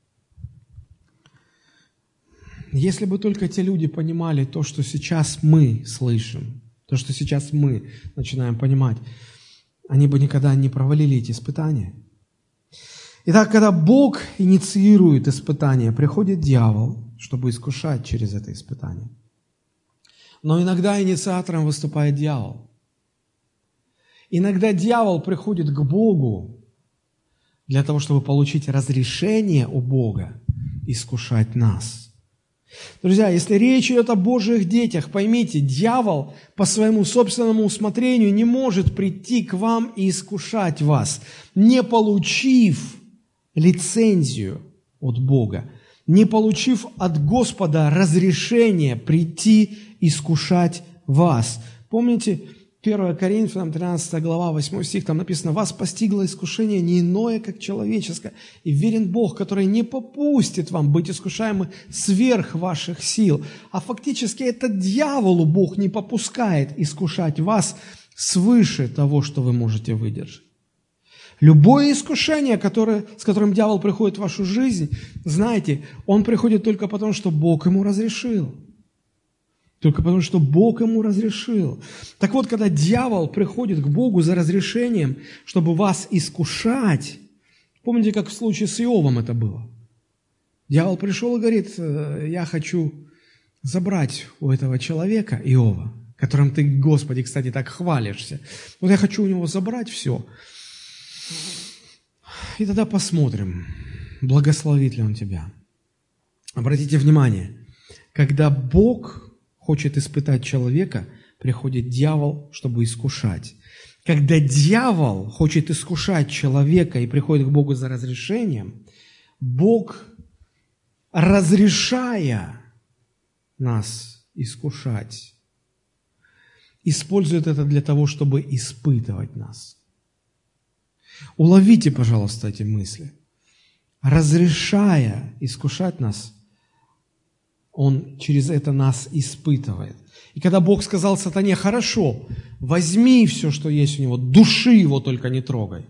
Если бы только те люди понимали то, что сейчас мы слышим, то, что сейчас мы начинаем понимать, они бы никогда не провалили эти испытания. Итак, когда Бог инициирует испытание, приходит дьявол, чтобы искушать через это испытание. Но иногда инициатором выступает дьявол. Иногда дьявол приходит к Богу для того, чтобы получить разрешение у Бога искушать нас. Друзья, если речь идет о Божьих детях, поймите, дьявол по своему собственному усмотрению не может прийти к вам и искушать вас, не получив лицензию от Бога, не получив от Господа разрешение прийти искушать вас. Помните, 1 Коринфянам 13 глава, 8 стих, там написано, «Вас постигло искушение не иное, как человеческое, и верен Бог, который не попустит вам быть искушаемым сверх ваших сил». А фактически это дьяволу Бог не попускает искушать вас свыше того, что вы можете выдержать. Любое искушение, с которым дьявол приходит в вашу жизнь, знаете, он приходит только потому, что Бог ему разрешил. Только потому, что Бог ему разрешил. Так вот, когда дьявол приходит к Богу за разрешением, чтобы вас искушать, помните, как в случае с Иовом это было? Дьявол пришел и говорит, я хочу забрать у этого человека, Иова, которым ты, Господи, кстати, так хвалишься. Вот я хочу у него забрать все. И тогда посмотрим, благословит ли он тебя. Обратите внимание, когда Бог хочет испытать человека, приходит дьявол, чтобы искушать. Когда дьявол хочет искушать человека и приходит к Богу за разрешением, Бог, разрешая нас искушать, использует это для того, чтобы испытывать нас. Уловите, пожалуйста, эти мысли. Разрешая искушать нас, Он через это нас испытывает. И когда Бог сказал сатане, хорошо, возьми все, что есть у него, души его только не трогай.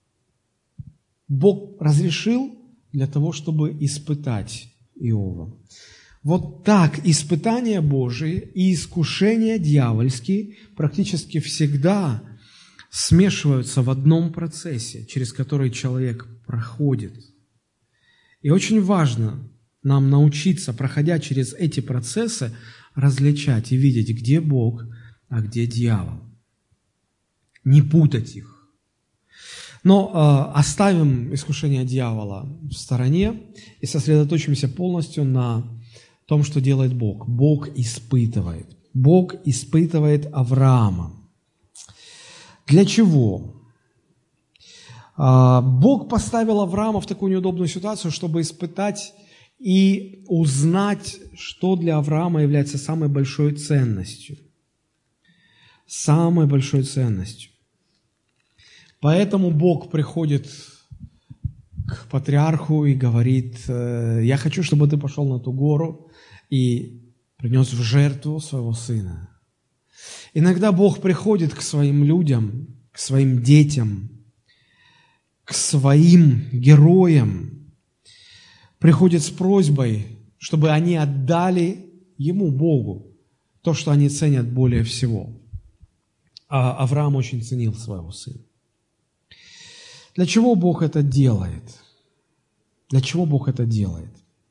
Бог разрешил для того, чтобы испытать Иова. Вот так испытания Божии и искушения дьявольские практически всегда смешиваются в одном процессе, через который человек проходит. И очень важно нам научиться, проходя через эти процессы, различать и видеть, где Бог, а где дьявол. Не путать их. Но оставим искушение дьявола в стороне и сосредоточимся полностью на том, что делает Бог. Бог испытывает. Бог испытывает Авраама. Для чего? Бог поставил Авраама в такую неудобную ситуацию, чтобы испытать и узнать, что для Авраама является самой большой ценностью. Самой большой ценностью. Поэтому Бог приходит к патриарху и говорит, я хочу, чтобы ты пошел на ту гору и принес в жертву своего сына. Иногда Бог приходит к своим людям, к своим детям, к своим героям, приходит с просьбой, чтобы они отдали Ему, Богу, то, что они ценят более всего. А Авраам очень ценил своего сына. Для чего Бог это делает? Для чего Бог это делает?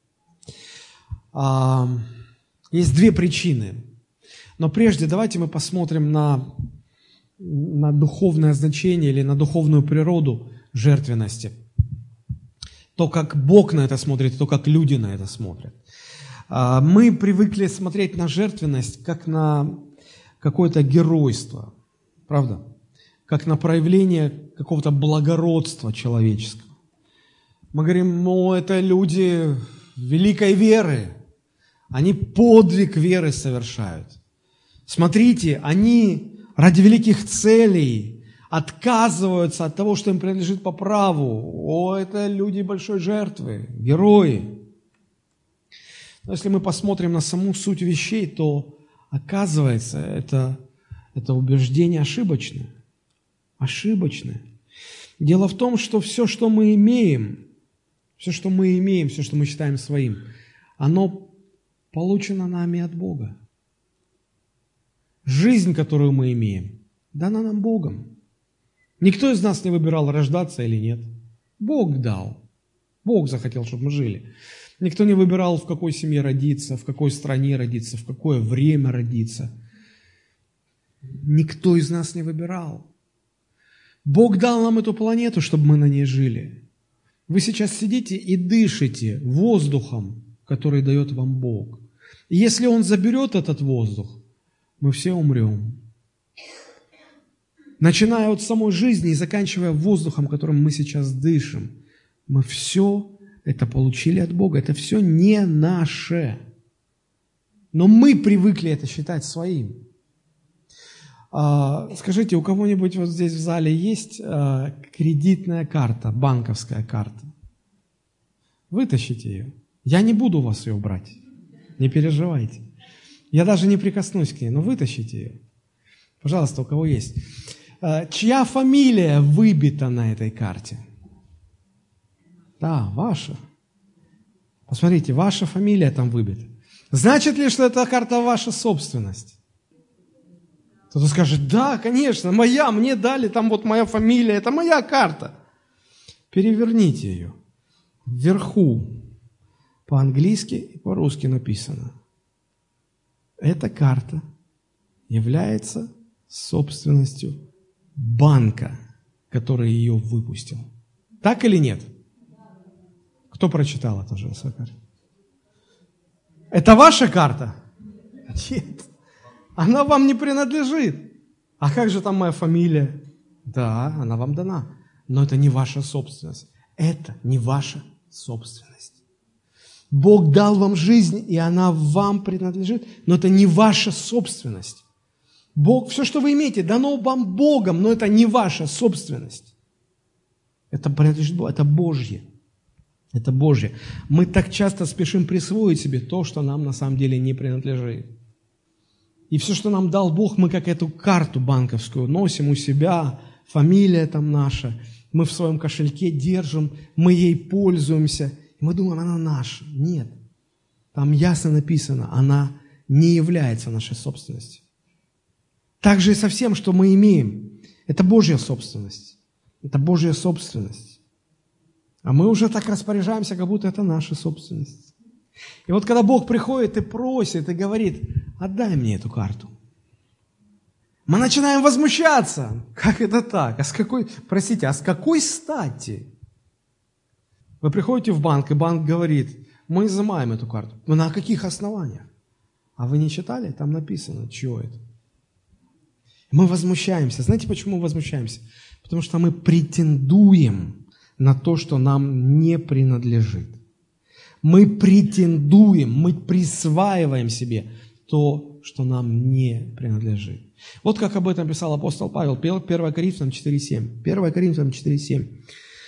Есть две причины. Но прежде давайте мы посмотрим на духовное значение или на духовную природу жертвенности. То, как Бог на это смотрит, то, как люди на это смотрят. Мы привыкли смотреть на жертвенность как на какое-то геройство, правда? Как на проявление какого-то благородства человеческого. Мы говорим, это люди великой веры. Они подвиг веры совершают. Смотрите, они ради великих целей отказываются от того, что им принадлежит по праву. Это люди большой жертвы, герои. Но если мы посмотрим на саму суть вещей, то оказывается, это убеждение ошибочное. Ошибочное. Дело в том, что все, что мы имеем, все, что мы считаем своим, оно получено нами от Бога. Жизнь, которую мы имеем, дана нам Богом. Никто из нас не выбирал, рождаться или нет. Бог дал. Бог захотел, чтобы мы жили. Никто не выбирал, в какой семье родиться, в какой стране родиться, в какое время родиться. Никто из нас не выбирал. Бог дал нам эту планету, чтобы мы на ней жили. Вы сейчас сидите и дышите воздухом, который дает вам Бог. И если Он заберет этот воздух, мы все умрем. Начиная от самой жизни и заканчивая воздухом, которым мы сейчас дышим, мы все это получили от Бога. Это все не наше. Но мы привыкли это считать своим. Скажите, у кого-нибудь вот здесь в зале есть кредитная карта, банковская карта? Вытащите ее. Я не буду у вас ее брать. Не переживайте. Я даже не прикоснусь к ней, но вытащите ее. Пожалуйста, у кого есть. Чья фамилия выбита на этой карте? Да, ваша. Посмотрите, ваша фамилия там выбита. Значит ли, что эта карта ваша собственность? Кто-то скажет, да, конечно, моя, мне дали, там вот моя фамилия, это моя карта. Переверните ее. Вверху по-английски и по-русски написано. Эта карта является собственностью банка, который ее выпустил. Так или нет? Кто прочитал это же? Это ваша карта? Нет. Она вам не принадлежит. А как же там моя фамилия? Да, она вам дана. Но это не ваша собственность. Это не ваша собственность. Бог дал вам жизнь, и она вам принадлежит, но это не ваша собственность. Бог, все, что вы имеете, дано вам Богом, но это не ваша собственность. Это принадлежит Богу, это Божье. Это Божье. Мы так часто спешим присвоить себе то, что нам на самом деле не принадлежит. И все, что нам дал Бог, мы как эту карту банковскую носим у себя, фамилия там наша, мы в своем кошельке держим, мы ей пользуемся, и мы думаем, она наша. Нет. Там ясно написано, она не является нашей собственностью. Так же и со всем, что мы имеем. Это Божья собственность. Это Божья собственность. А мы уже так распоряжаемся, как будто это наша собственность. И вот когда Бог приходит и просит, и говорит, отдай мне эту карту, мы начинаем возмущаться. Как это так? А с какой стати? Вы приходите в банк, и банк говорит, мы изымаем эту карту. Но на каких основаниях? А вы не читали? Там написано, чье это. Мы возмущаемся. Знаете, почему мы возмущаемся? Потому что мы претендуем на то, что нам не принадлежит. Мы претендуем, мы присваиваем себе то, что нам не принадлежит. Вот как об этом писал апостол Павел, 1 Коринфянам 4:7. 1 Коринфянам 4:7.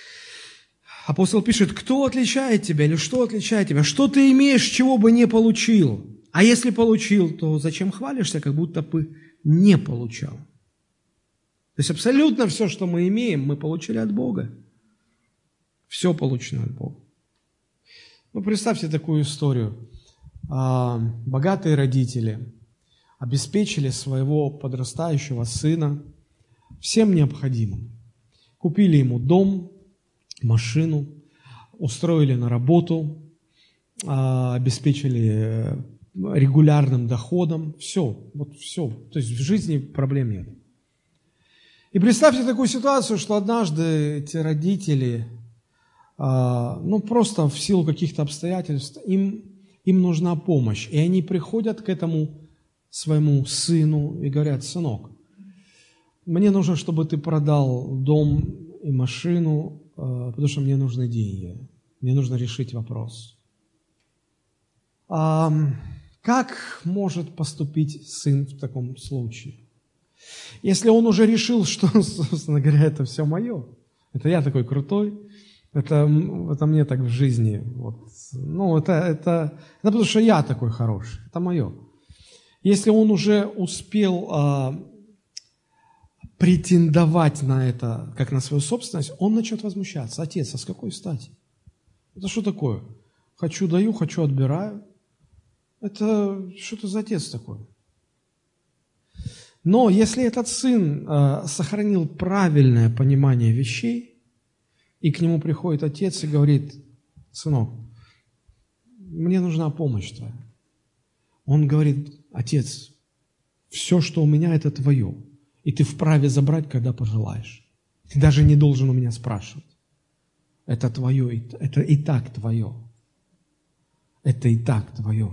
Апостол пишет, кто отличает тебя или что отличает тебя? Что ты имеешь, чего бы не получил? А если получил, то зачем хвалишься, как будто бы не получал? То есть абсолютно все, что мы имеем, мы получили от Бога. Все получено от Бога. Ну, представьте такую историю. Богатые родители обеспечили своего подрастающего сына всем необходимым. Купили ему дом, машину, устроили на работу, обеспечили регулярным доходом. Все, вот все. То есть в жизни проблем нет. И представьте такую ситуацию, что однажды эти родители, просто в силу каких-то обстоятельств, им нужна помощь. И они приходят к этому своему сыну и говорят, сынок, мне нужно, чтобы ты продал дом и машину, потому что мне нужны деньги. Мне нужно решить вопрос. Как может поступить сын в таком случае? Если он уже решил, что, собственно говоря, это все мое, это я такой крутой, это мне так в жизни, это потому что я такой хороший, это мое. Если он уже успел претендовать на это, как на свою собственность, он начнет возмущаться. Отец, а с какой стати? Это что такое? Хочу даю, хочу отбираю. Это что-то за отец такой. Но если этот сын сохранил правильное понимание вещей, и к нему приходит отец и говорит: сынок, мне нужна помощь твоя. Он говорит: отец, все, что у меня, это твое, и ты вправе забрать, когда пожелаешь. Ты даже не должен у меня спрашивать. Это твое, это и так твое. Это и так твое.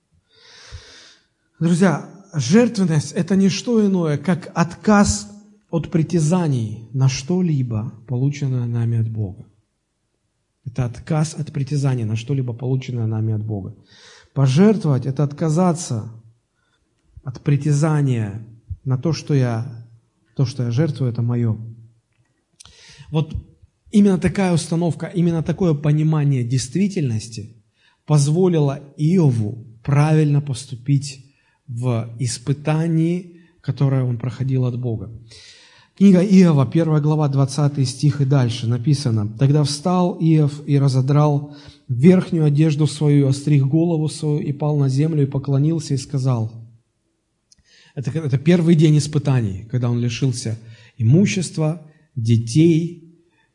Друзья, жертвенность – это не что иное, как отказ от притязаний на что-либо, полученное нами от Бога. Это отказ от притязаний на что-либо, полученное нами от Бога. Пожертвовать – это отказаться от притязания на то, что я жертвую, это мое. Вот именно такая установка, именно такое понимание действительности позволило Иову правильно поступить в испытании, которое он проходил от Бога. Книга Иова, 1 глава, 20 стих и дальше написано: «Тогда встал Иов и разодрал верхнюю одежду свою, остриг голову свою и пал на землю и поклонился и сказал». Это первый день испытаний, когда он лишился имущества, детей,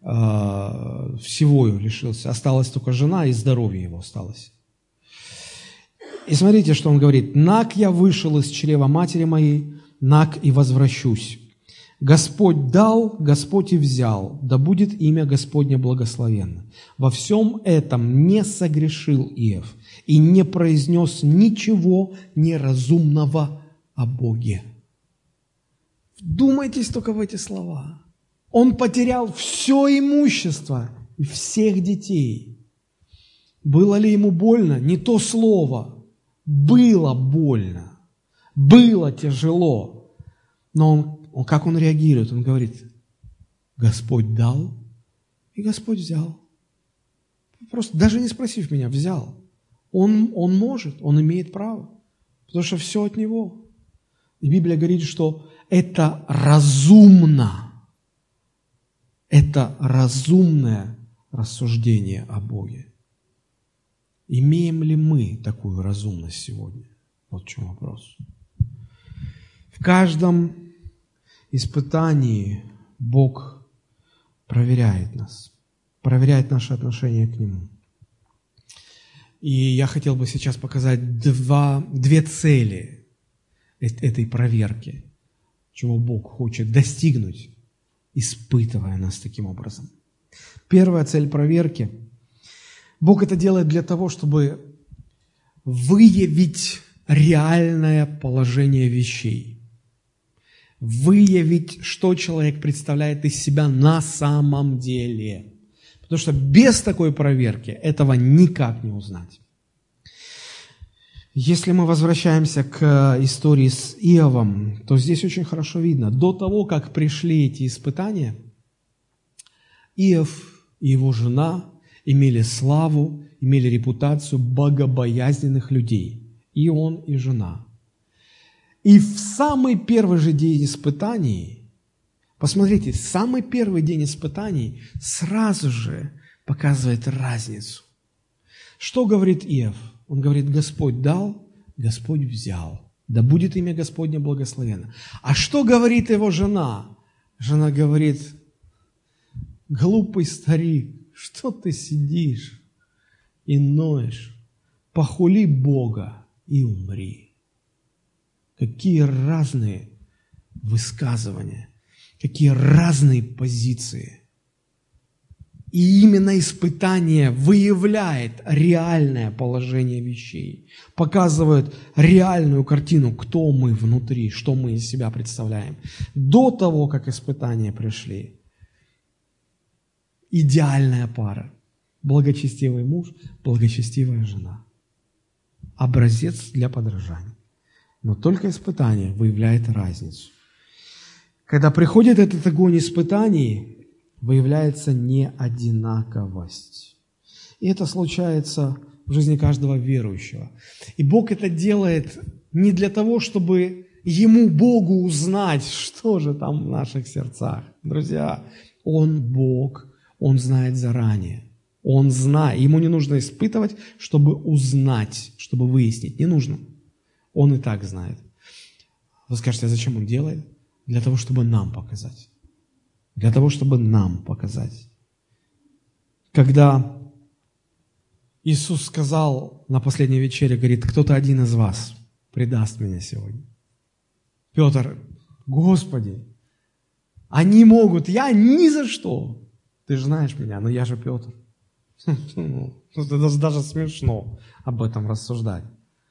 всего лишился. Осталась только жена, и здоровье его осталось. И смотрите, что он говорит: «Наг я вышел из чрева матери моей, наг и возвращусь. Господь дал, Господь и взял, да будет имя Господне благословенно. Во всем этом не согрешил Иов и не произнес ничего неразумного о Боге». Вдумайтесь только в эти слова. Он потерял все имущество и всех детей. Было ли ему больно? Не то слово. Было больно, было тяжело. Но как он реагирует? Он говорит: Господь дал, и Господь взял. Просто даже не спросив меня, взял. Он может, он имеет право, потому что все от Него. И Библия говорит, что это разумно. Это разумное рассуждение о Боге. Имеем ли мы такую разумность сегодня? Вот в чем вопрос. В каждом испытании Бог проверяет нас, проверяет наше отношение к Нему. И я хотел бы сейчас показать две цели этой проверки, чего Бог хочет достигнуть, испытывая нас таким образом. Первая цель проверки – Бог это делает для того, чтобы выявить реальное положение вещей, выявить, что человек представляет из себя на самом деле. Потому что без такой проверки этого никак не узнать. Если мы возвращаемся к истории с Иовом, то здесь очень хорошо видно, до того, как пришли эти испытания, Иов и его жена имели славу, имели репутацию богобоязненных людей. И он, и жена. И в самый первый же день испытаний, посмотрите, самый первый день испытаний сразу же показывает разницу. Что говорит Иов? Он говорит: Господь дал, Господь взял. Да будет имя Господне благословенно. А что говорит его жена? Жена говорит: глупый старик, что ты сидишь и ноешь? Похули Бога и умри. Какие разные высказывания, какие разные позиции. И именно испытание выявляет реальное положение вещей, показывает реальную картину, кто мы внутри, что мы из себя представляем. До того, как испытания пришли, идеальная пара. Благочестивый муж, благочестивая жена. Образец для подражания. Но только испытание выявляет разницу. Когда приходит этот огонь испытаний, выявляется неодинаковость. И это случается в жизни каждого верующего. И Бог это делает не для того, чтобы Ему, Богу, узнать, что же там в наших сердцах. Друзья, Он Бог, Он знает заранее. Он знает, Ему не нужно испытывать, чтобы узнать, чтобы выяснить. Не нужно. Он и так знает. Вы скажете, а зачем Он делает? Для того, чтобы нам показать. Для того, чтобы нам показать. Когда Иисус сказал на последней вечере, говорит, кто-то один из вас предаст меня сегодня. Петр, Господи, они могут, я ни за что. Ты же знаешь меня, но я же Петр. Это даже смешно об этом рассуждать.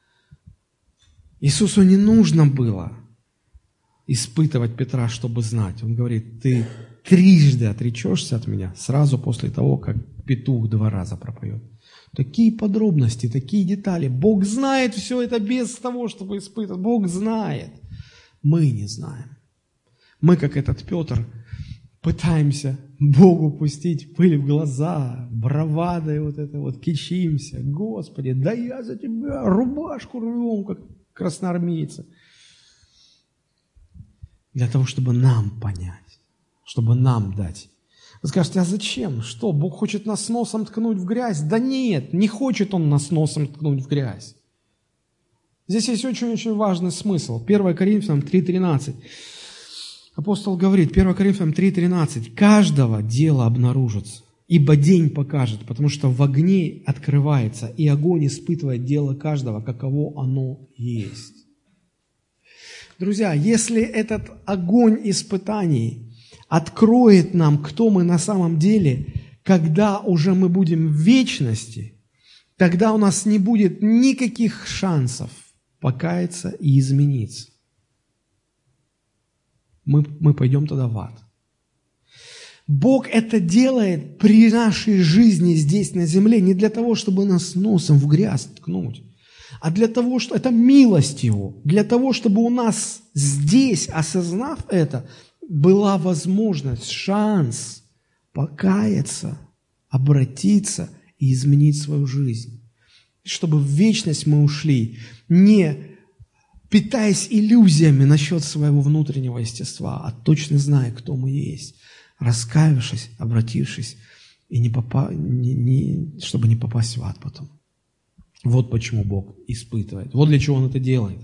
Иисусу не нужно было испытывать Петра, чтобы знать. Он говорит, ты трижды отречешься от меня сразу после того, как петух 2 раза пропоет. Такие подробности, такие детали. Бог знает все это без того, чтобы испытывать. Бог знает. Мы не знаем. Мы, как этот Петр, пытаемся Богу пустить пыль в глаза, бравадой вот это вот, кичимся. Господи, да я за тебя рубашку рвем, как красноармейцы. Для того, чтобы нам понять, чтобы нам дать. Вы скажете, а зачем? Что, Бог хочет нас носом ткнуть в грязь? Да нет, не хочет Он нас носом ткнуть в грязь. Здесь есть очень-очень важный смысл. 1 Коринфянам 3:13. Апостол говорит, 1 Коринфянам 3:13, каждого дела обнаружится, ибо день покажет, потому что в огне открывается, и огонь испытывает дело каждого, каково оно есть. Друзья, если этот огонь испытаний откроет нам, кто мы на самом деле, когда уже мы будем в вечности, тогда у нас не будет никаких шансов покаяться и измениться. Мы пойдем тогда в ад. Бог это делает при нашей жизни здесь на земле не для того, чтобы нас носом в грязь ткнуть, а для того, что это милость Его, для того, чтобы у нас здесь, осознав это, была возможность, шанс покаяться, обратиться и изменить свою жизнь. Чтобы в вечность мы ушли, не питаясь иллюзиями насчет своего внутреннего естества, а точно зная, кто мы есть, раскаявшись, обратившись, и чтобы не попасть в ад потом. Вот почему Бог испытывает. Вот для чего Он это делает.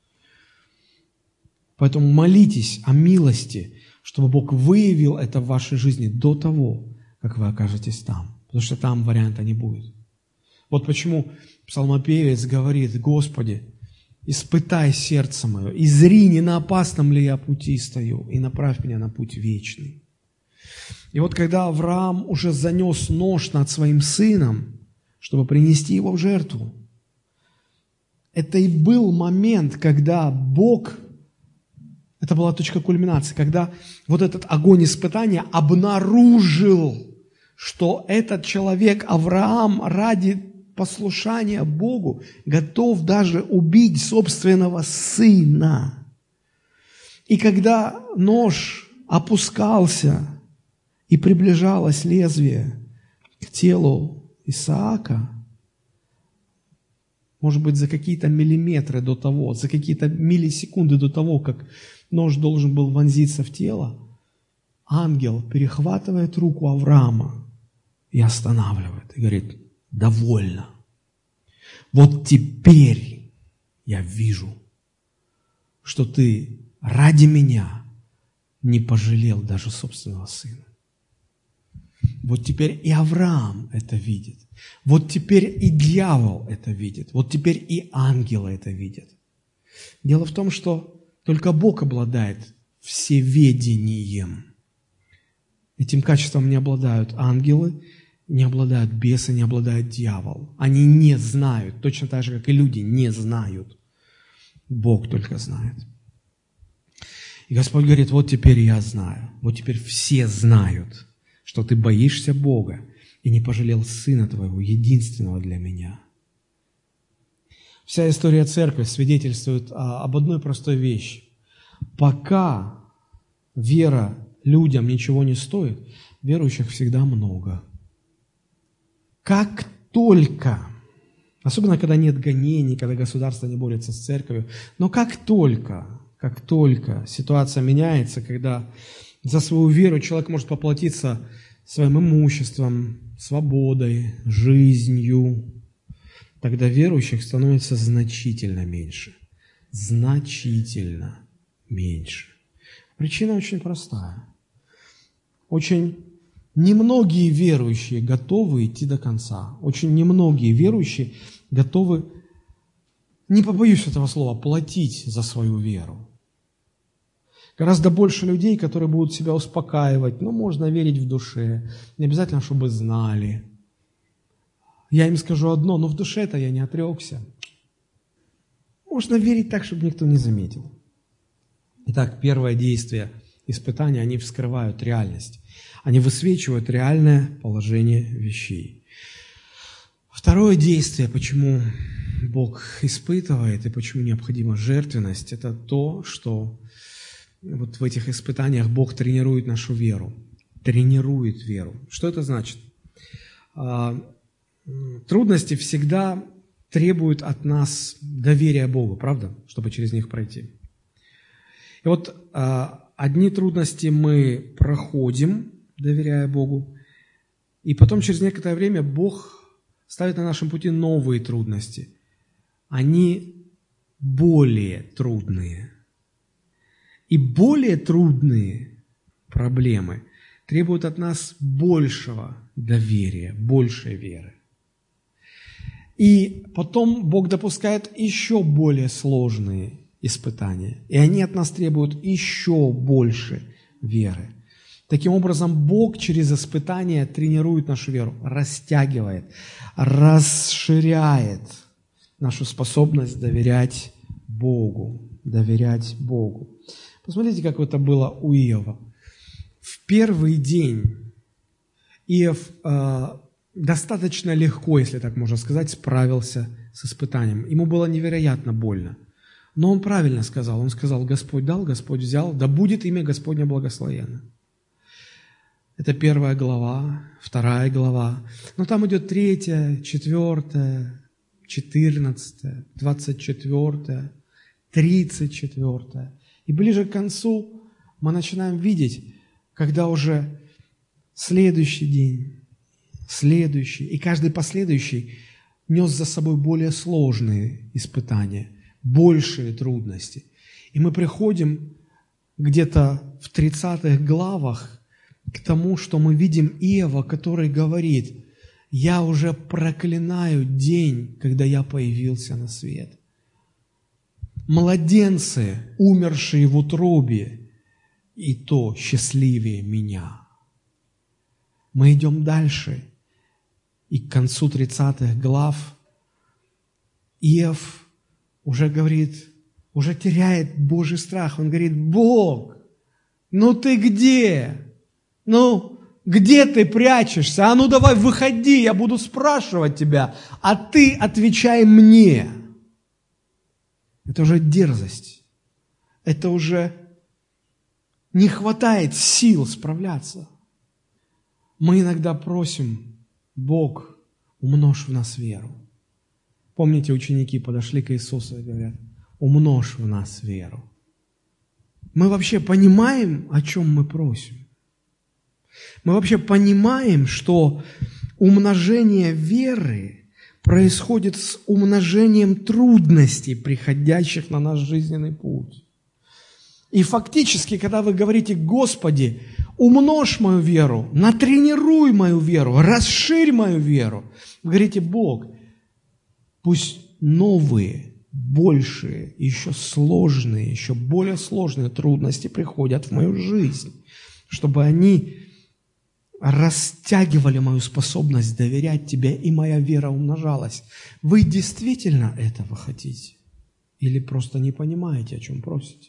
Поэтому молитесь о милости, чтобы Бог выявил это в вашей жизни до того, как вы окажетесь там. Потому что там варианта не будет. Вот почему псалмопевец говорит, Господи, испытай сердце мое, и зри, не на опасном ли я пути стою, и направь меня на путь вечный. И вот когда Авраам уже занес нож над своим сыном, чтобы принести его в жертву, это и был момент, когда Бог, это была точка кульминации, когда вот этот огонь испытания обнаружил, что этот человек, Авраам, ради послушания Богу, готов даже убить собственного сына. И когда нож опускался и приближалось лезвие к телу Исаака, может быть, за какие-то миллиметры до того, за какие-то миллисекунды до того, как нож должен был вонзиться в тело, ангел перехватывает руку Авраама и останавливает, и говорит, довольно. Вот теперь я вижу, что ты ради меня не пожалел даже собственного сына. Вот теперь и Авраам это видит. Вот теперь и дьявол это видит. Вот теперь и ангелы это видят. Дело в том, что только Бог обладает всеведением. Этим качеством не обладают ангелы, не обладают бесы, не обладает дьявол. Они не знают, точно так же, как и люди не знают. Бог только знает. И Господь говорит, вот теперь я знаю, вот теперь все знают, что ты боишься Бога, и не пожалел Сына Твоего, единственного для меня». Вся история церкви свидетельствует об одной простой вещи. Пока вера людям ничего не стоит, верующих всегда много. Как только, особенно когда нет гонений, когда государство не борется с церковью, но как только ситуация меняется, когда за свою веру человек может поплатиться своим имуществом, свободой, жизнью, тогда верующих становится значительно меньше. Значительно меньше. Причина очень простая. Очень немногие верующие готовы идти до конца. Очень немногие верующие готовы, не побоюсь этого слова, платить за свою веру. Гораздо больше людей, которые будут себя успокаивать. Можно верить в душе. Не обязательно, чтобы знали. Я им скажу одно, но в душе-то я не отрекся. Можно верить так, чтобы никто не заметил. Итак, первое действие испытания, они вскрывают реальность. Они высвечивают реальное положение вещей. Второе действие, почему Бог испытывает и почему необходима жертвенность, это то, что вот в этих испытаниях Бог тренирует нашу веру. Тренирует веру. Что это значит? Трудности всегда требуют от нас доверия Богу, правда? Чтобы через них пройти. И вот одни трудности мы проходим, доверяя Богу, и потом через некоторое время Бог ставит на нашем пути новые трудности. Они более трудные. И более трудные проблемы требуют от нас большего доверия, большей веры. И потом Бог допускает еще более сложные испытания, и они от нас требуют еще больше веры. Таким образом, Бог через испытания тренирует нашу веру, растягивает, расширяет нашу способность доверять Богу, доверять Богу. Посмотрите, как это было у Иова. В первый день Иов достаточно легко, если так можно сказать, справился с испытанием. Ему было невероятно больно. Но он правильно сказал. Он сказал: Господь дал, Господь взял, да будет имя Господне благословенно. Это 1 глава, 2 глава. Но там идет 3, 4, 14, 24, 34. И ближе к концу мы начинаем видеть, когда уже следующий день, следующий, и каждый последующий нес за собой более сложные испытания, большие трудности. И мы приходим где-то в 30-х главах к тому, что мы видим Иова, который говорит: «Я уже проклинаю день, когда я появился на свет. Младенцы, умершие в утробе, и то счастливее меня». Мы идем дальше, и к концу 30-х глав Иов уже говорит, уже теряет Божий страх. Он говорит: Бог, ну ты где? Ну, где ты прячешься? А ну давай выходи, я буду спрашивать тебя, а ты отвечай мне. Это уже дерзость. Это уже не хватает сил справляться. Мы иногда просим: Бог, умножь в нас веру. Помните, ученики подошли к Иисусу и говорят: умножь в нас веру. Мы вообще понимаем, о чем мы просим? Мы вообще понимаем, что умножение веры происходит с умножением трудностей, приходящих на наш жизненный путь. И фактически, когда вы говорите: Господи, умножь мою веру, натренируй мою веру, расширь мою веру, вы говорите: Бог, пусть новые, большие, еще сложные, еще более сложные трудности приходят в мою жизнь, чтобы они растягивали мою способность доверять Тебе, и моя вера умножалась. Вы действительно этого хотите? Или просто не понимаете, о чем просите?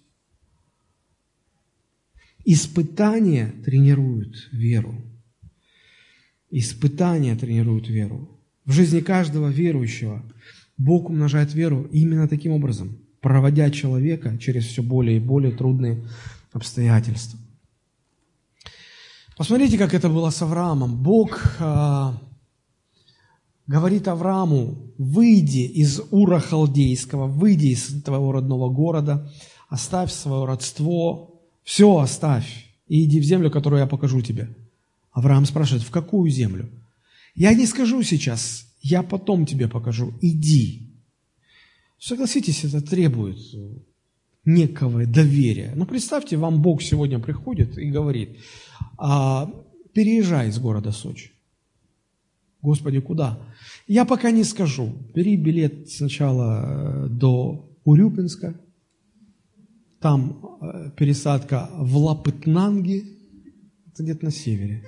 Испытания тренируют веру. Испытания тренируют веру. В жизни каждого верующего Бог умножает веру именно таким образом, проводя человека через все более и более трудные обстоятельства. Посмотрите, как это было с Авраамом. Бог говорит Аврааму: выйди из Ура Халдейского, выйди из твоего родного города, оставь свое родство, все оставь и иди в землю, которую я покажу тебе. Авраам спрашивает: в какую землю? Я не скажу сейчас, я потом тебе покажу, иди. Согласитесь, это требует некого доверия. Но представьте, вам Бог сегодня приходит и говорит: переезжай из города Сочи. Господи, куда? Я пока не скажу. Бери билет сначала до Урюпинска, там пересадка в Лапытнанге, это где-то на севере.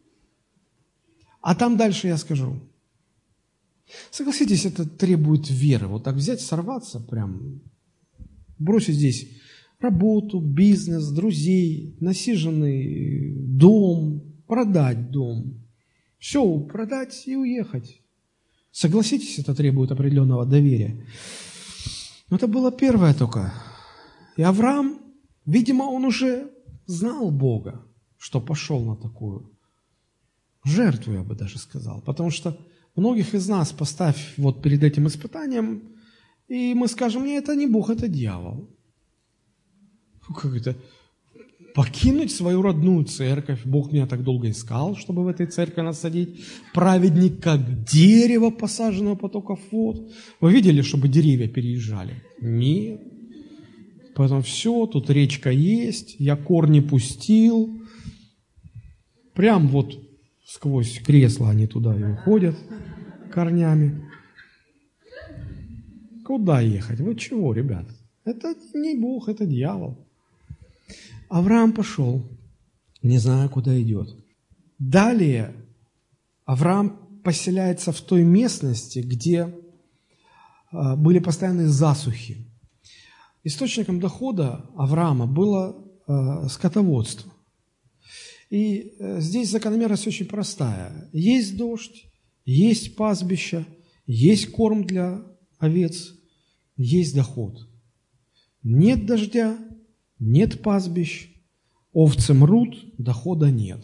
А там дальше я скажу. Согласитесь, это требует веры. Вот так взять, сорваться, прям бросить здесь работу, бизнес, друзей, насиженный дом, продать дом. Все, продать и уехать. Согласитесь, это требует определенного доверия. Но это было первое только. И Авраам, видимо, он уже знал Бога, что пошел на такую жертву, я бы даже сказал. Потому что многих из нас поставь вот перед этим испытанием, и мы скажем: нет, это не Бог, это дьявол. Как это? Покинуть свою родную церковь. Бог меня так долго искал, чтобы в этой церкви насадить. Праведник, как дерево, посаженное у потоков вод. Вы видели, чтобы деревья переезжали? Нет. Поэтому все, тут речка есть, я корни пустил. Прям вот сквозь кресло они туда и уходят корнями. Куда ехать? Вы чего, ребят? Это не Бог, это дьявол. Авраам пошел, не зная, куда идет. Далее Авраам поселяется в той местности, где были постоянные засухи. Источником дохода Авраама было скотоводство. И здесь закономерность очень простая. Есть дождь, есть пастбище, есть корм для овец, есть доход. Нет дождя, нет пастбищ, овцы мрут, дохода нет.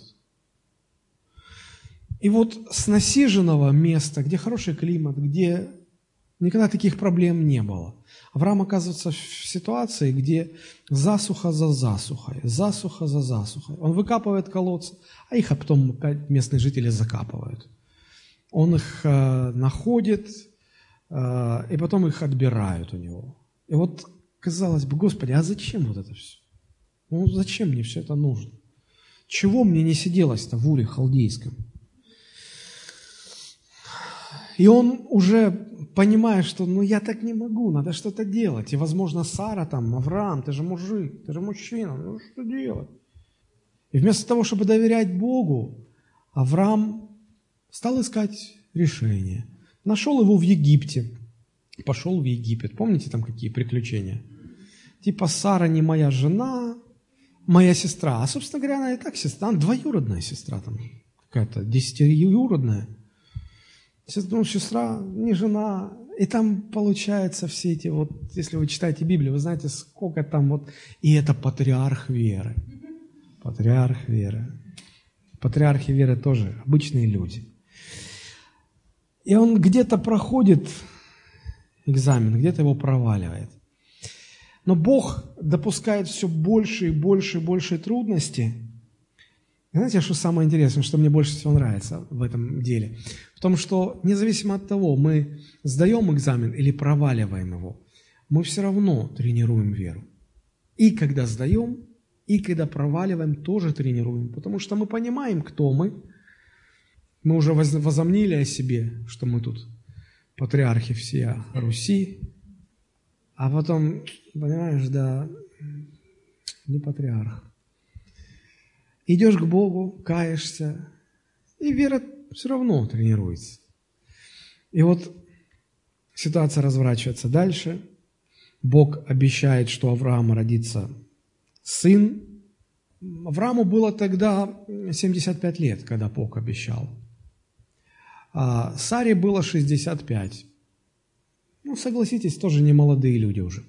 И вот с насиженного места, где хороший климат, где никогда таких проблем не было, Авраам оказывается в ситуации, где засуха за засухой, засуха за засухой. Он выкапывает колодцы, а их потом опять местные жители закапывают. Он их находит, и потом их отбирают у него. И вот, казалось бы, Господи, а зачем вот это все? Ну, зачем мне все это нужно? Чего мне не сиделось-то в Уре Халдейском? И он уже, понимая, что я так не могу, надо что-то делать. И, возможно, Сара там: Авраам, ты же мужик, ты же мужчина, ну что делать? И вместо того, чтобы доверять Богу, Авраам стал искать решение. Нашел его в Египте. Пошел в Египет. Помните, там какие приключения? Типа: Сара не моя жена, моя сестра. А, собственно говоря, она и так сестра. Она двоюродная сестра там. Какая-то десятиюродная. Сестра, не жена. И там получается все эти вот, если вы читаете Библию, вы знаете, сколько там вот. И это патриарх веры. Патриарх веры. Патриархи веры тоже обычные люди. И он где-то проходит экзамен, где-то его проваливает. Но Бог допускает все больше и больше и больше трудностей. И знаете, что самое интересное, что мне больше всего нравится в этом деле? В том, что независимо от того, мы сдаем экзамен или проваливаем его, мы все равно тренируем веру. И когда сдаем, и когда проваливаем, тоже тренируем. Потому что мы понимаем, кто мы. Мы уже возомнили о себе, что мы тут патриархи всея Руси. А потом, понимаешь, да, не патриарх. Идешь к Богу, каешься, и вера все равно тренируется. И вот ситуация разворачивается дальше. Бог обещает, что у Авраама родится сын. Аврааму было тогда 75 лет, когда Бог обещал. а Саре было 65. Ну, согласитесь, тоже не молодые люди уже.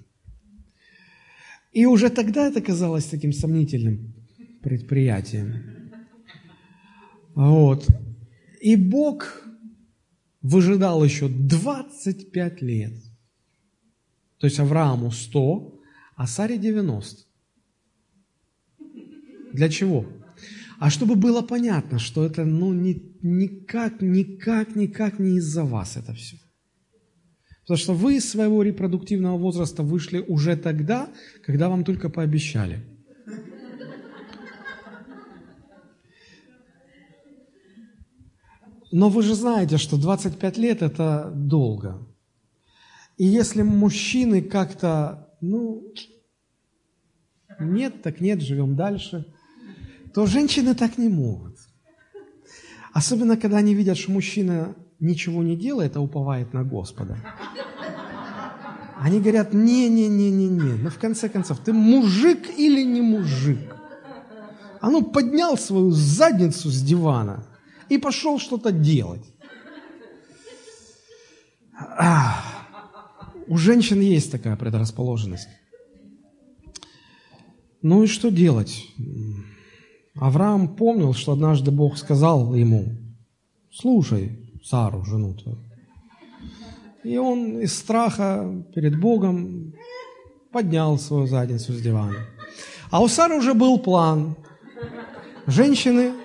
И уже тогда это казалось таким сомнительным предприятием. Вот. И Бог выжидал еще 25 лет. То есть Аврааму 100, а Саре 90. Для чего? А чтобы было понятно, что это никак не из-за вас это все. Потому что вы из своего репродуктивного возраста вышли уже тогда, когда вам только пообещали. Но вы же знаете, что 25 лет – это долго. И если мужчины как-то, нет, так нет, живем дальше, то женщины так не могут. Особенно, когда они видят, что мужчина ничего не делает, а уповает на Господа. Они говорят, не, в конце концов, ты мужик или не мужик? А ну, поднял свою задницу с дивана и пошел что-то делать. У женщин есть такая предрасположенность. Ну и что делать? Авраам помнил, что однажды Бог сказал ему: слушай Сару, жену твою. И он из страха перед Богом поднял свою задницу с дивана. А у Сары уже был план. Женщины,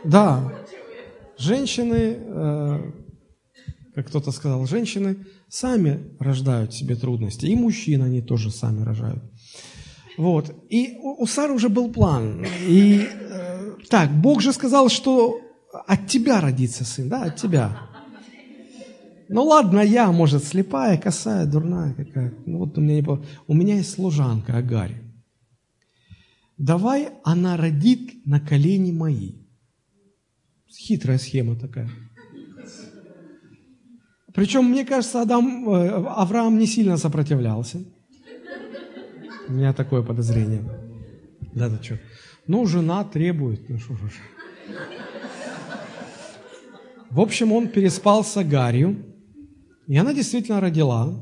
как кто-то сказал, женщины сами рождают себе трудности. И мужчин они тоже сами рожают. Вот. И у Сары уже был план. И так, Бог же сказал, что от тебя родится сын, от тебя. Ну ладно, я, может, слепая, косая, дурная какая-то. У меня есть служанка Агарь. Давай она родит на колени мои. Хитрая схема такая. Причем, мне кажется, Авраам не сильно сопротивлялся. У меня такое подозрение. Да, что? Жена требует. Что же. В общем, он переспал с Агарью. И она действительно родила.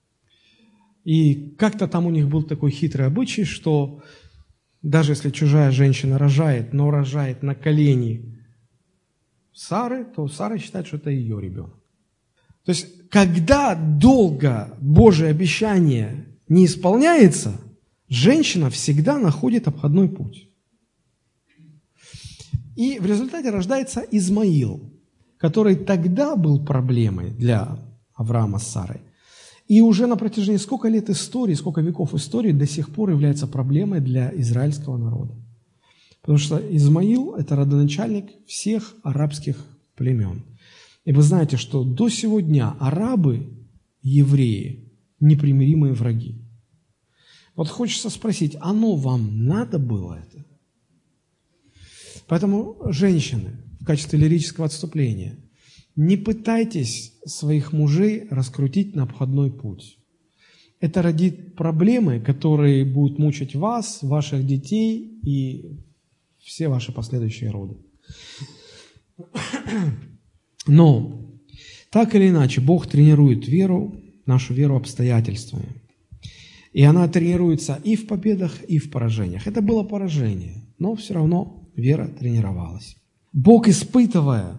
И как-то там у них был такой хитрый обычай, что даже если чужая женщина рожает, но рожает на колени Сары, то Сара считает, что это ее ребенок. То есть, когда долго Божие обещание не исполняется, женщина всегда находит обходной путь. И в результате рождается Измаил, который тогда был проблемой для Авраама с Сарой. И уже на протяжении сколько лет истории, сколько веков истории до сих пор является проблемой для израильского народа. Потому что Измаил – это родоначальник всех арабских племен. И вы знаете, что до сего дня арабы, евреи – непримиримые враги. Вот хочется спросить, оно вам надо было это? Поэтому, женщины, в качестве лирического отступления, не пытайтесь своих мужей раскрутить на обходной путь. Это родит проблемы, которые будут мучить вас, ваших детей и все ваши последующие роды. Но, так или иначе, Бог тренирует нашу веру обстоятельствами. И она тренируется и в победах, и в поражениях. Это было поражение, но все равно вера тренировалась. Бог испытывая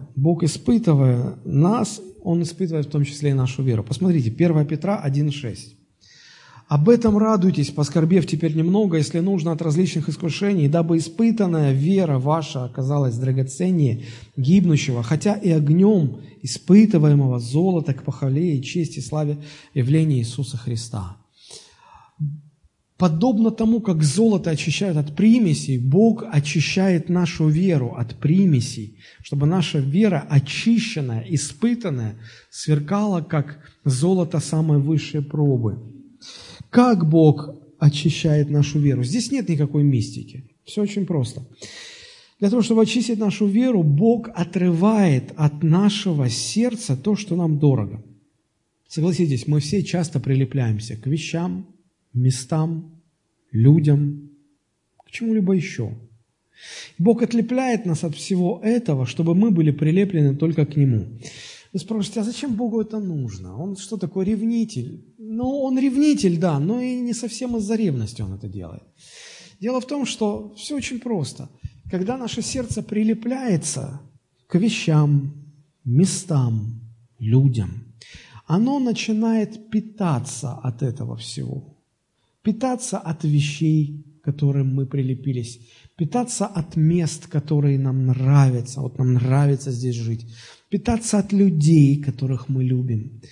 нас, Он испытывает в том числе и нашу веру. Посмотрите, 1 Петра 1,6. «Об этом радуйтесь, поскорбев теперь немного, если нужно, от различных искушений, дабы испытанная вера ваша оказалась драгоценнее гибнущего, хотя и огнем испытываемого золота к похвале и чести и славе явления Иисуса Христа». Подобно тому, как золото очищают от примесей, Бог очищает нашу веру от примесей, чтобы наша вера, очищенная, испытанная, сверкала, как золото самой высшей пробы. Как Бог очищает нашу веру? Здесь нет никакой мистики. Все очень просто. Для того, чтобы очистить нашу веру, Бог отрывает от нашего сердца то, что нам дорого. Согласитесь, мы все часто прилепляемся к вещам, местам, людям, к чему-либо еще. Бог отлепляет нас от всего этого, чтобы мы были прилеплены только к Нему. Вы спросите, а зачем Богу это нужно? Он что такой, ревнитель? Ну, он ревнитель, да, но и не совсем из-за ревности он это делает. Дело в том, что все очень просто. Когда наше сердце прилепляется к вещам, местам, людям, оно начинает питаться от этого всего. Питаться от вещей, к которым мы прилепились. Питаться от мест, которые нам нравятся. Вот нам нравится здесь жить. Питаться от людей, которых мы любим.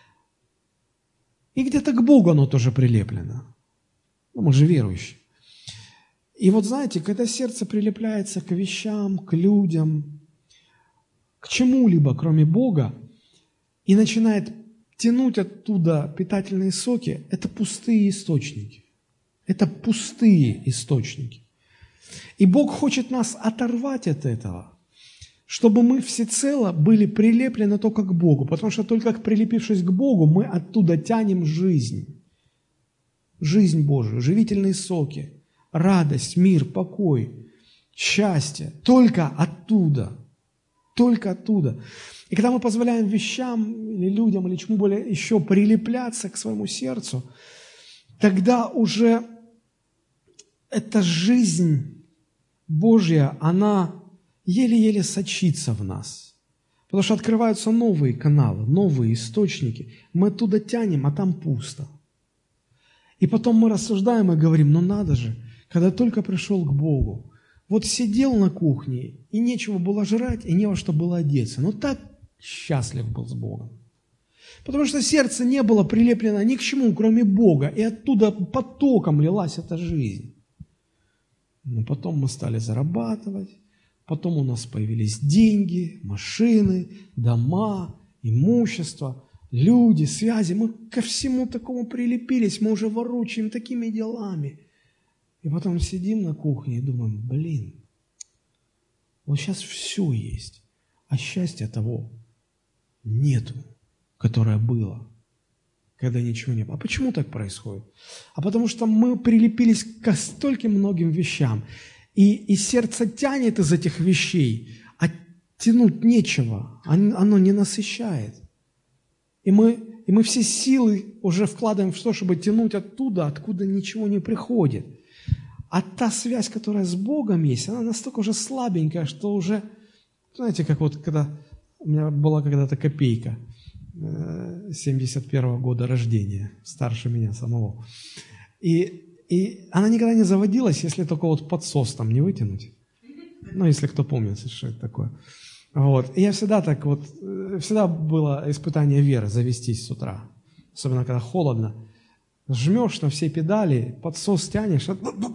И где-то к Богу оно тоже прилеплено. Ну, мы же верующие. И вот знаете, когда сердце прилепляется к вещам, к людям, к чему-либо, кроме Бога, и начинает тянуть оттуда питательные соки, это пустые источники. Это пустые источники. И Бог хочет нас оторвать от этого, чтобы мы всецело были прилеплены только к Богу, потому что только прилепившись к Богу, мы оттуда тянем жизнь. Жизнь Божию, живительные соки, радость, мир, покой, счастье. Только оттуда. Только оттуда. И когда мы позволяем вещам или людям, или чему более еще прилепляться к своему сердцу, тогда уже эта жизнь Божья, она еле-еле сочится в нас. Потому что открываются новые каналы, новые источники. Мы оттуда тянем, а там пусто. И потом мы рассуждаем и говорим, ну надо же, когда только пришел к Богу, вот сидел на кухне, и нечего было жрать, и не во что было одеться. Но так счастлив был с Богом. Потому что сердце не было прилеплено ни к чему, кроме Бога, и оттуда потоком лилась эта жизнь. Но потом мы стали зарабатывать, потом у нас появились деньги, машины, дома, имущество, люди, связи. Мы ко всему такому прилепились, мы уже ворочаем такими делами. И потом сидим на кухне и думаем, вот сейчас все есть, а счастья того нету, которое было, когда ничего не было. А почему так происходит? А потому что мы прилепились к стольким многим вещам, и сердце тянет из этих вещей, а тянуть нечего, оно не насыщает. И мы все силы уже вкладываем в то, чтобы тянуть оттуда, откуда ничего не приходит. А та связь, которая с Богом есть, она настолько уже слабенькая, что уже, знаете, как вот когда у меня была когда-то копейка 71 года рождения, старше меня самого. И она никогда не заводилась, если только вот подсос там не вытянуть. Ну, если кто помнит, что это такое. Вот. И я всегда так вот, всегда было испытание веры завестись с утра. Особенно, когда холодно. Жмешь на все педали, подсос тянешь,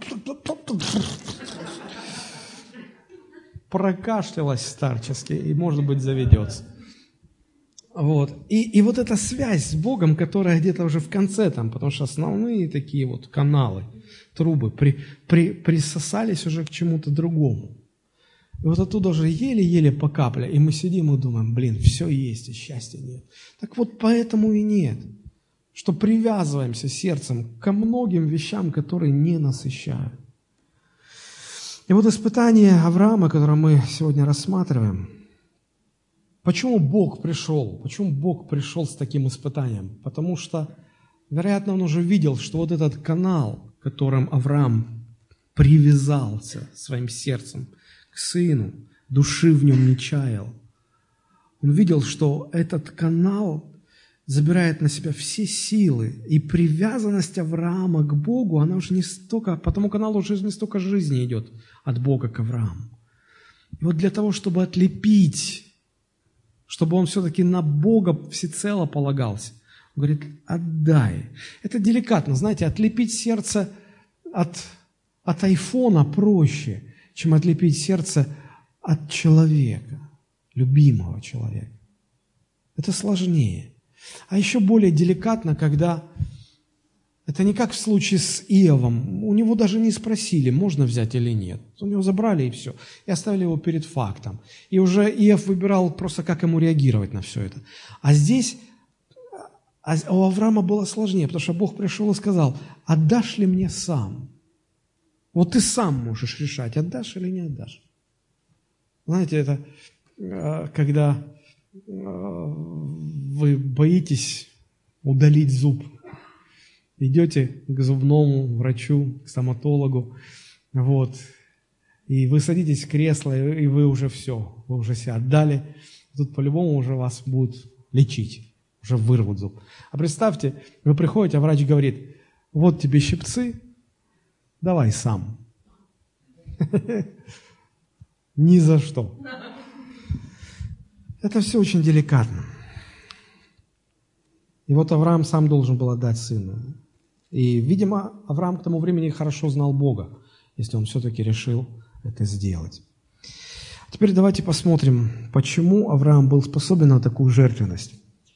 прокашлялась старчески, и, может быть, заведется. Вот. И вот эта связь с Богом, которая где-то уже в конце там, потому что основные такие вот каналы, трубы присосались уже к чему-то другому. И вот оттуда уже еле-еле по капле, и мы сидим и думаем, все есть, и счастья нет. Так вот поэтому и нет, что привязываемся сердцем ко многим вещам, которые не насыщают. И вот испытание Авраама, которое мы сегодня рассматриваем, почему Бог пришел? Почему Бог пришел с таким испытанием? Потому что, вероятно, он уже видел, что вот этот канал, которым Авраам привязался своим сердцем к сыну, души в нем не чаял. Он видел, что этот канал забирает на себя все силы, и привязанность Авраама к Богу, она уже не столько, по тому каналу уже не столько жизни идет от Бога к Аврааму. И вот для того, чтобы отлепить, чтобы он все-таки на Бога всецело полагался, он говорит, отдай. Это деликатно, знаете, отлепить сердце от айфона проще, чем отлепить сердце от человека, любимого человека. Это сложнее. А еще более деликатно, когда это не как в случае с Иовом. У него даже не спросили, можно взять или нет. У него забрали и все. И оставили его перед фактом. И уже Иов выбирал просто, как ему реагировать на все это. А здесь у Авраама было сложнее, потому что Бог пришел и сказал, отдашь ли мне сам? Вот ты сам можешь решать, отдашь или не отдашь. Знаете, это когда вы боитесь удалить зуб. Идете к зубному врачу, к стоматологу, вот, и вы садитесь в кресло, и вы уже все, вы уже себя отдали. Тут по-любому уже вас будут лечить, уже вырвут зуб. А представьте, вы приходите, а врач говорит: вот тебе щипцы, давай сам. Ни за что. Это все очень деликатно. И вот Авраам сам должен был отдать сына. И, видимо, Авраам к тому времени хорошо знал Бога, если он все-таки решил это сделать. Теперь давайте посмотрим, почему Авраам был способен на такую жертвенность.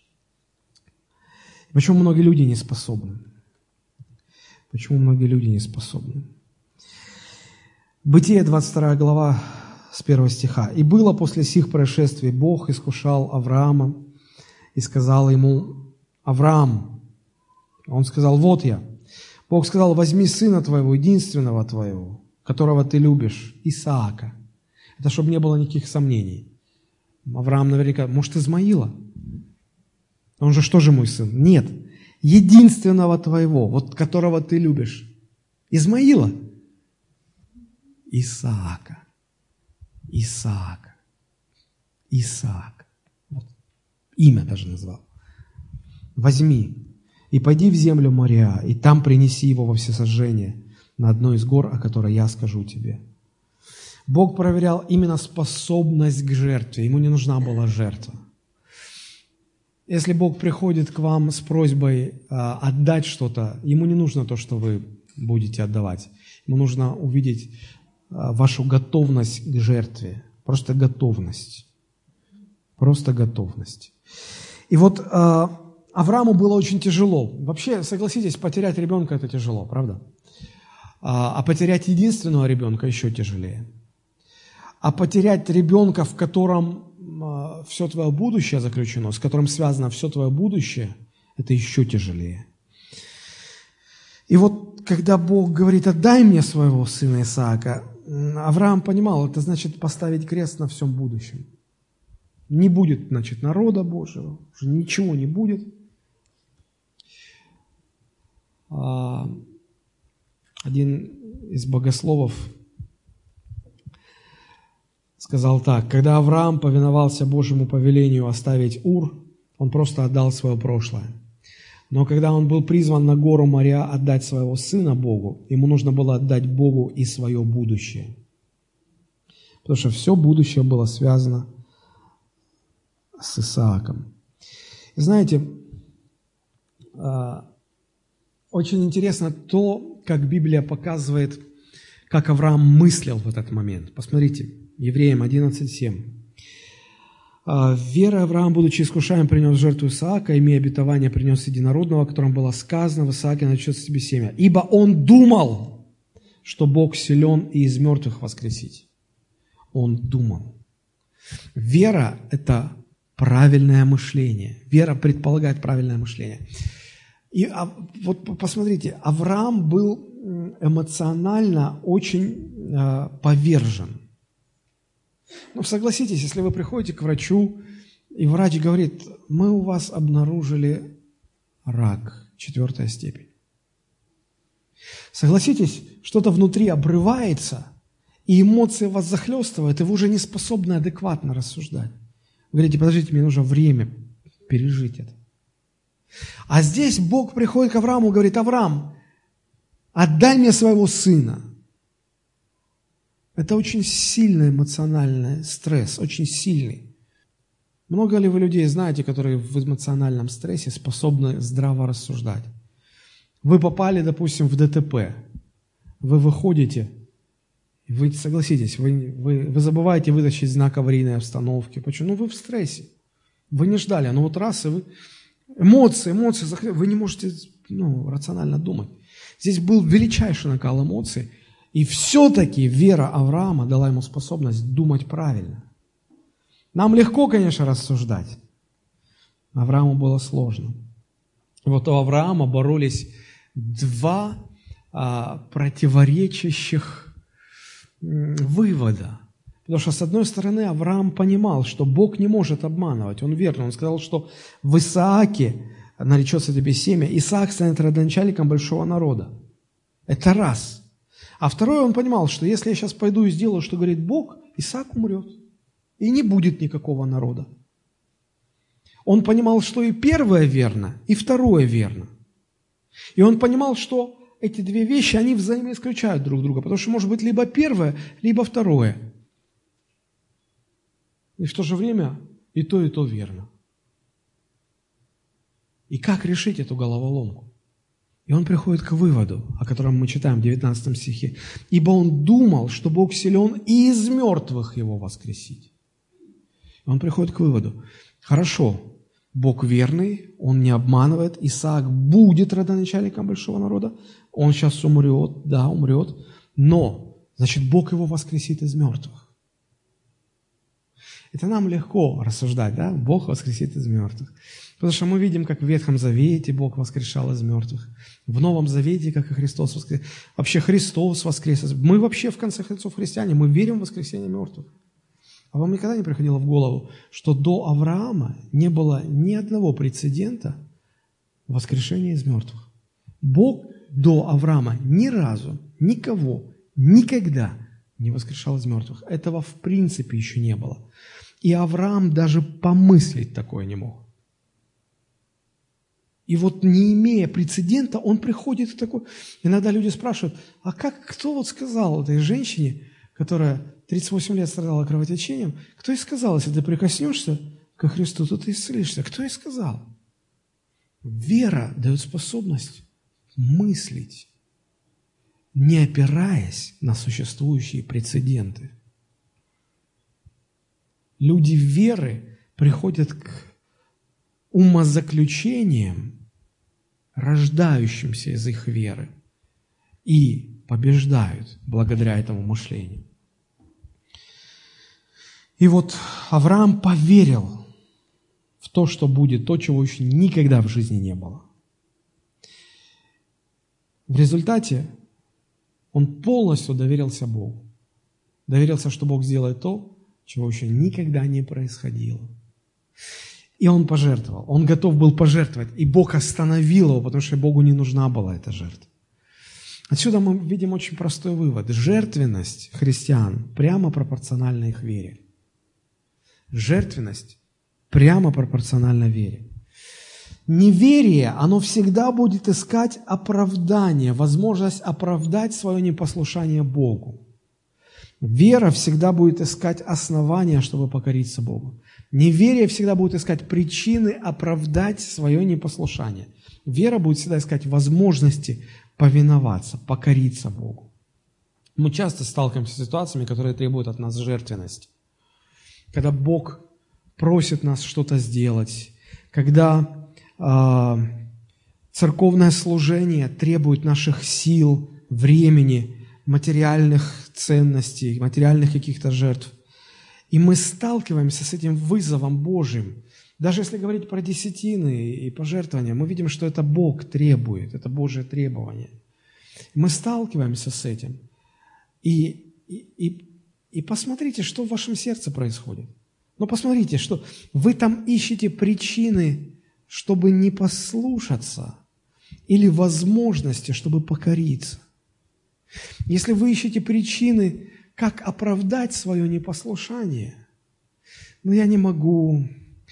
Почему многие люди не способны. Почему многие люди не способны. Бытие, 22 глава, с 1 стиха. «И было после сих происшествий, Бог искушал Авраама и сказал ему: Авраам». Он сказал: вот я. Бог сказал: возьми сына твоего, единственного твоего, которого ты любишь, Исаака. Это чтобы не было никаких сомнений. Авраам наверняка: может, Измаила? Он же что же мой сын? Нет. Единственного твоего, вот которого ты любишь. Измаила? Исаака. Исаак. Исаак. Вот. Имя даже назвал. Возьми и пойди в землю Мориа, и там принеси его во всесожжение на одной из гор, о которой я скажу тебе. Бог проверял именно способность к жертве. Ему не нужна была жертва. Если Бог приходит к вам с просьбой отдать что-то, ему не нужно то, что вы будете отдавать. Ему нужно увидеть вашу готовность к жертве. Просто готовность. Просто готовность. И вот Аврааму было очень тяжело. Вообще, согласитесь, потерять ребенка – это тяжело, правда? А потерять единственного ребенка еще тяжелее. А потерять ребенка, в котором все твое будущее заключено, с которым связано все твое будущее, это еще тяжелее. И вот, когда Бог говорит: отдай мне своего сына Исаака, Авраам понимал, это значит поставить крест на всем будущем. Не будет, значит, народа Божьего, уже ничего не будет. Один из богословов сказал так: когда Авраам повиновался Божьему повелению оставить Ур, он просто отдал свое прошлое. Но когда он был призван на гору Мориа отдать своего сына Богу, ему нужно было отдать Богу и свое будущее. Потому что все будущее было связано с Исааком. И знаете, очень интересно то, как Библия показывает, как Авраам мыслил в этот момент. Посмотрите, Евреям 11:7. «Верой Авраам, будучи искушаем, принес жертву Исаака, имея обетование, принес единородного, о котором было сказано: в Исааке начнется себе семя. Ибо он думал, что Бог силен и из мертвых воскресить». Он думал. Вера – это правильное мышление. Вера предполагает правильное мышление. И вот посмотрите, Авраам был эмоционально очень повержен. Ну, согласитесь, если вы приходите к врачу, и врач говорит: мы у вас обнаружили рак, 4 степень. Согласитесь, что-то внутри обрывается, и эмоции вас захлестывают, и вы уже не способны адекватно рассуждать. Вы говорите: подождите, мне нужно время пережить это. А здесь Бог приходит к Аврааму и говорит: Авраам, отдай мне своего сына. Это очень сильный эмоциональный стресс, очень сильный. Много ли вы людей знаете, которые в эмоциональном стрессе способны здраво рассуждать? Вы попали, допустим, в ДТП. Вы выходите, вы согласитесь, вы забываете вытащить знак аварийной обстановки. Почему? Ну, вы в стрессе. Вы не ждали, но вот раз, и вы... Эмоции, вы не можете рационально думать. Здесь был величайший накал эмоций, и все-таки вера Авраама дала ему способность думать правильно. Нам легко, конечно, рассуждать. Аврааму было сложно. Вот у Авраама боролись два противоречащих вывода. Потому что, с одной стороны, Авраам понимал, что Бог не может обманывать. Он верный. Он сказал, что в Исааке наречется тебе семя. Исаак станет родоначальником большого народа. Это раз. А второе, он понимал, что если я сейчас пойду и сделаю, что говорит Бог, Исаак умрет. И не будет никакого народа. Он понимал, что и первое верно, и второе верно. И он понимал, что эти две вещи, они взаимоисключают друг друга, потому что может быть либо первое, либо второе. И в то же время и то верно. И как решить эту головоломку? И он приходит к выводу, о котором мы читаем в 19 стихе. «Ибо он думал, что Бог силен и из мертвых его воскресить». И он приходит к выводу. Хорошо, Бог верный, Он не обманывает. Исаак будет родоначальником большого народа. Он сейчас умрет, да, умрет. Но, значит, Бог его воскресит из мертвых. Это нам легко рассуждать, да? Бог воскресит из мертвых. Потому что мы видим, как в Ветхом Завете Бог воскрешал из мертвых. В Новом Завете, как и Христос воскрес. Вообще Христос воскрес. Мы вообще, в конце концов, христиане, мы верим в воскресение мертвых. А вам никогда не приходило в голову, что до Авраама не было ни одного прецедента воскрешения из мертвых? Бог до Авраама ни разу, никого, никогда не воскрешал из мертвых. Этого в принципе еще не было. И Авраам даже помыслить такое не мог. И вот не имея прецедента, он приходит к такой... Иногда люди спрашивают, а кто вот сказал этой женщине, которая 38 лет страдала кровотечением, кто ей сказал, если ты прикоснешься ко Христу, то ты исцелишься? Кто ей сказал? Вера дает способность мыслить, не опираясь на существующие прецеденты. Люди веры приходят к умозаключениям, рождающимся из их веры, и побеждают благодаря этому мышлению. И вот Авраам поверил в то, что будет, то, чего еще никогда в жизни не было. В результате он полностью доверился Богу. Доверился, что Бог сделает то, чего еще никогда не происходило. И он пожертвовал. Он готов был пожертвовать. И Бог остановил его, потому что Богу не нужна была эта жертва. Отсюда мы видим очень простой вывод. Жертвенность христиан прямо пропорциональна их вере. Жертвенность прямо пропорциональна вере. Неверие, оно всегда будет искать оправдание, возможность оправдать свое непослушание Богу. Вера всегда будет искать основания, чтобы покориться Богу. Неверие всегда будет искать причины оправдать свое непослушание. Вера будет всегда искать возможности повиноваться, покориться Богу. Мы часто сталкиваемся с ситуациями, которые требуют от нас жертвенности. Когда Бог просит нас что-то сделать, когда церковное служение требует наших сил, времени, материальных ценностей, материальных каких-то жертв. И мы сталкиваемся с этим вызовом Божьим. Даже если говорить про десятины и пожертвования, мы видим, что это Бог требует, это Божье требование. Мы сталкиваемся с этим. И посмотрите, что в вашем сердце происходит. Но посмотрите, что вы там ищете причины, чтобы не послушаться, или возможности, чтобы покориться. Если вы ищете причины, как оправдать свое непослушание, я не могу,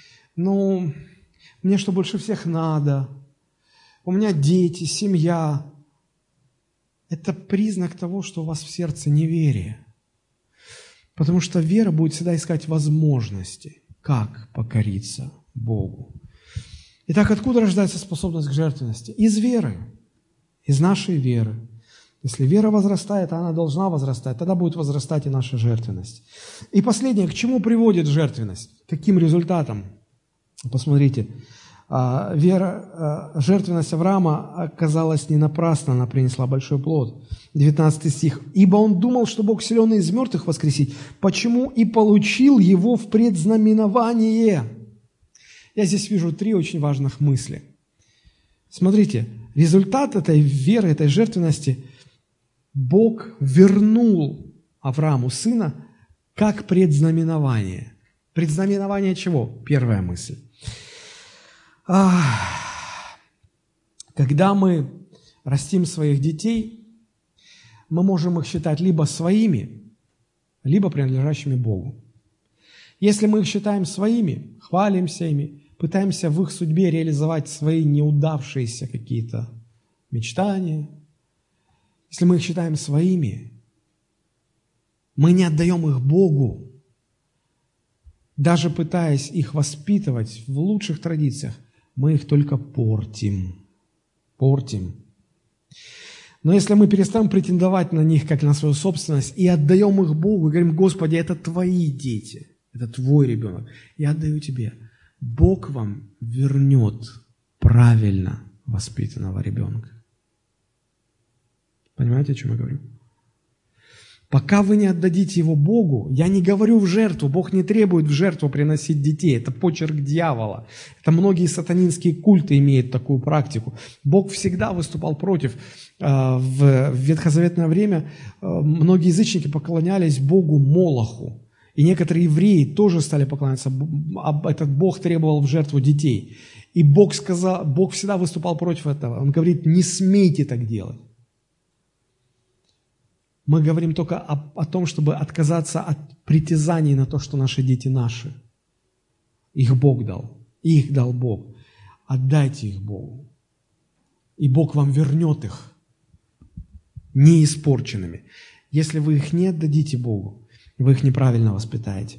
мне что больше всех надо, у меня дети, семья, это признак того, что у вас в сердце неверие. Потому что вера будет всегда искать возможности, как покориться Богу. Итак, откуда рождается способность к жертвенности? Из веры, из нашей веры. Если вера возрастает, а она должна возрастать, тогда будет возрастать и наша жертвенность. И последнее, к чему приводит жертвенность? К каким результатам? Посмотрите, жертвенность Авраама оказалась не напрасно, она принесла большой плод. 19 стих. «Ибо он думал, что Бог силен из мертвых воскресить, почему и получил его в предзнаменование». Я здесь вижу 3 очень важных мысли. Смотрите, результат этой веры, этой жертвенности – Бог вернул Аврааму сына как предзнаменование. Предзнаменование чего? Первая мысль. Когда мы растим своих детей, мы можем их считать либо своими, либо принадлежащими Богу. Если мы их считаем своими, хвалимся ими, пытаемся в их судьбе реализовать свои неудавшиеся какие-то мечтания, если мы их считаем своими, мы не отдаем их Богу, даже пытаясь их воспитывать в лучших традициях, мы их только портим. Но если мы перестаем претендовать на них, как на свою собственность, и отдаем их Богу, и говорим: Господи, это Твои дети, это Твой ребенок, я отдаю Тебе, Бог вам вернет правильно воспитанного ребенка. Понимаете, о чем я говорю? Пока вы не отдадите его Богу, я не говорю в жертву, Бог не требует в жертву приносить детей, это почерк дьявола. Это многие сатанинские культы имеют такую практику. Бог всегда выступал против. В ветхозаветное время многие язычники поклонялись Богу Молоху. И некоторые евреи тоже стали поклоняться. Этот Бог требовал в жертву детей. И Бог всегда выступал против этого. Он говорит: не смейте так делать. Мы говорим только о том, чтобы отказаться от притязаний на то, что наши дети наши. Их Бог дал. Их дал Бог. Отдайте их Богу. И Бог вам вернет их неиспорченными. Если вы их не отдадите Богу, вы их неправильно воспитаете.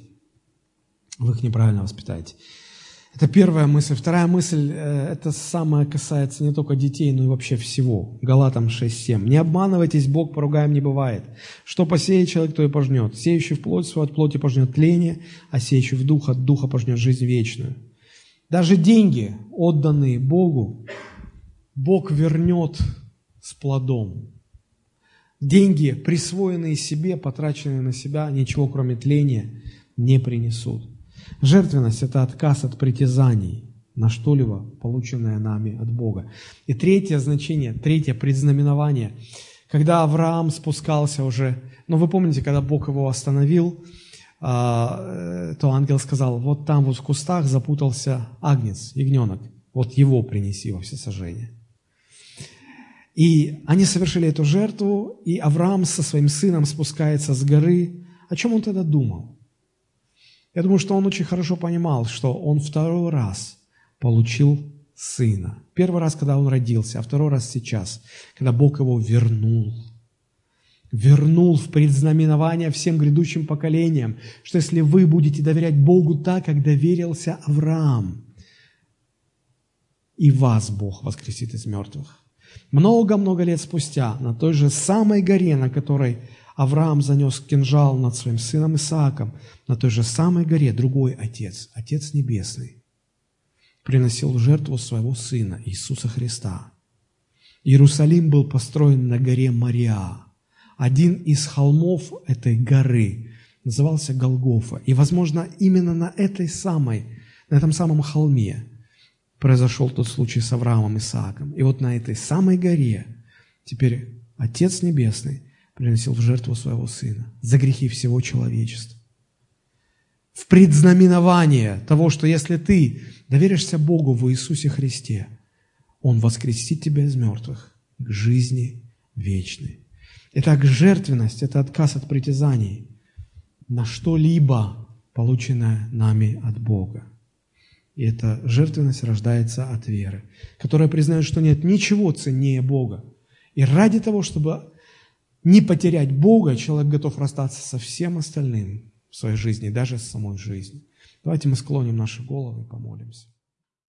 Это первая мысль. Вторая мысль, это самое касается не только детей, но и вообще всего. Галатам 6:7. «Не обманывайтесь, Бог поругаем не бывает. Что посеет человек, то и пожнет. Сеющий в плоть свою от плоти пожнет тление, а сеющий в дух от духа пожнет жизнь вечную». Даже деньги, отданные Богу, Бог вернет с плодом. Деньги, присвоенные себе, потраченные на себя, ничего кроме тления не принесут. Жертвенность – это отказ от притязаний на что-либо, полученное нами от Бога. И третье значение, третье предзнаменование, когда Авраам спускался уже, вы помните, когда Бог его остановил, то ангел сказал: вот там вот в кустах запутался агнец, ягненок, вот его принеси во всесожжение. И они совершили эту жертву, и Авраам со своим сыном спускается с горы. О чем он тогда думал? Я думаю, что он очень хорошо понимал, что он второй раз получил сына. Первый раз, когда он родился, а второй раз сейчас, когда Бог его вернул. Вернул в предзнаменование всем грядущим поколениям, что если вы будете доверять Богу так, как доверился Авраам, и вас Бог воскресит из мертвых. Много-много лет спустя, на той же самой горе, на которой Авраам занес кинжал над своим сыном Исааком, на той же самой горе другой Отец, Отец Небесный, приносил в жертву своего Сына, Иисуса Христа. Иерусалим был построен на горе Мориа. Один из холмов этой горы назывался Голгофа. И, возможно, именно на этом самом холме произошел тот случай с Авраамом и Исааком. И вот на этой самой горе теперь Отец Небесный приносил в жертву своего Сына за грехи всего человечества. В предзнаменование того, что если ты доверишься Богу в Иисусе Христе, Он воскресит тебя из мертвых к жизни вечной. Итак, жертвенность – это отказ от притязаний на что-либо, полученное нами от Бога. И эта жертвенность рождается от веры, которая признает, что нет ничего ценнее Бога. И ради того, чтобы не потерять Бога, человек готов расстаться со всем остальным в своей жизни, даже с самой жизнью. Давайте мы склоним наши головы и помолимся.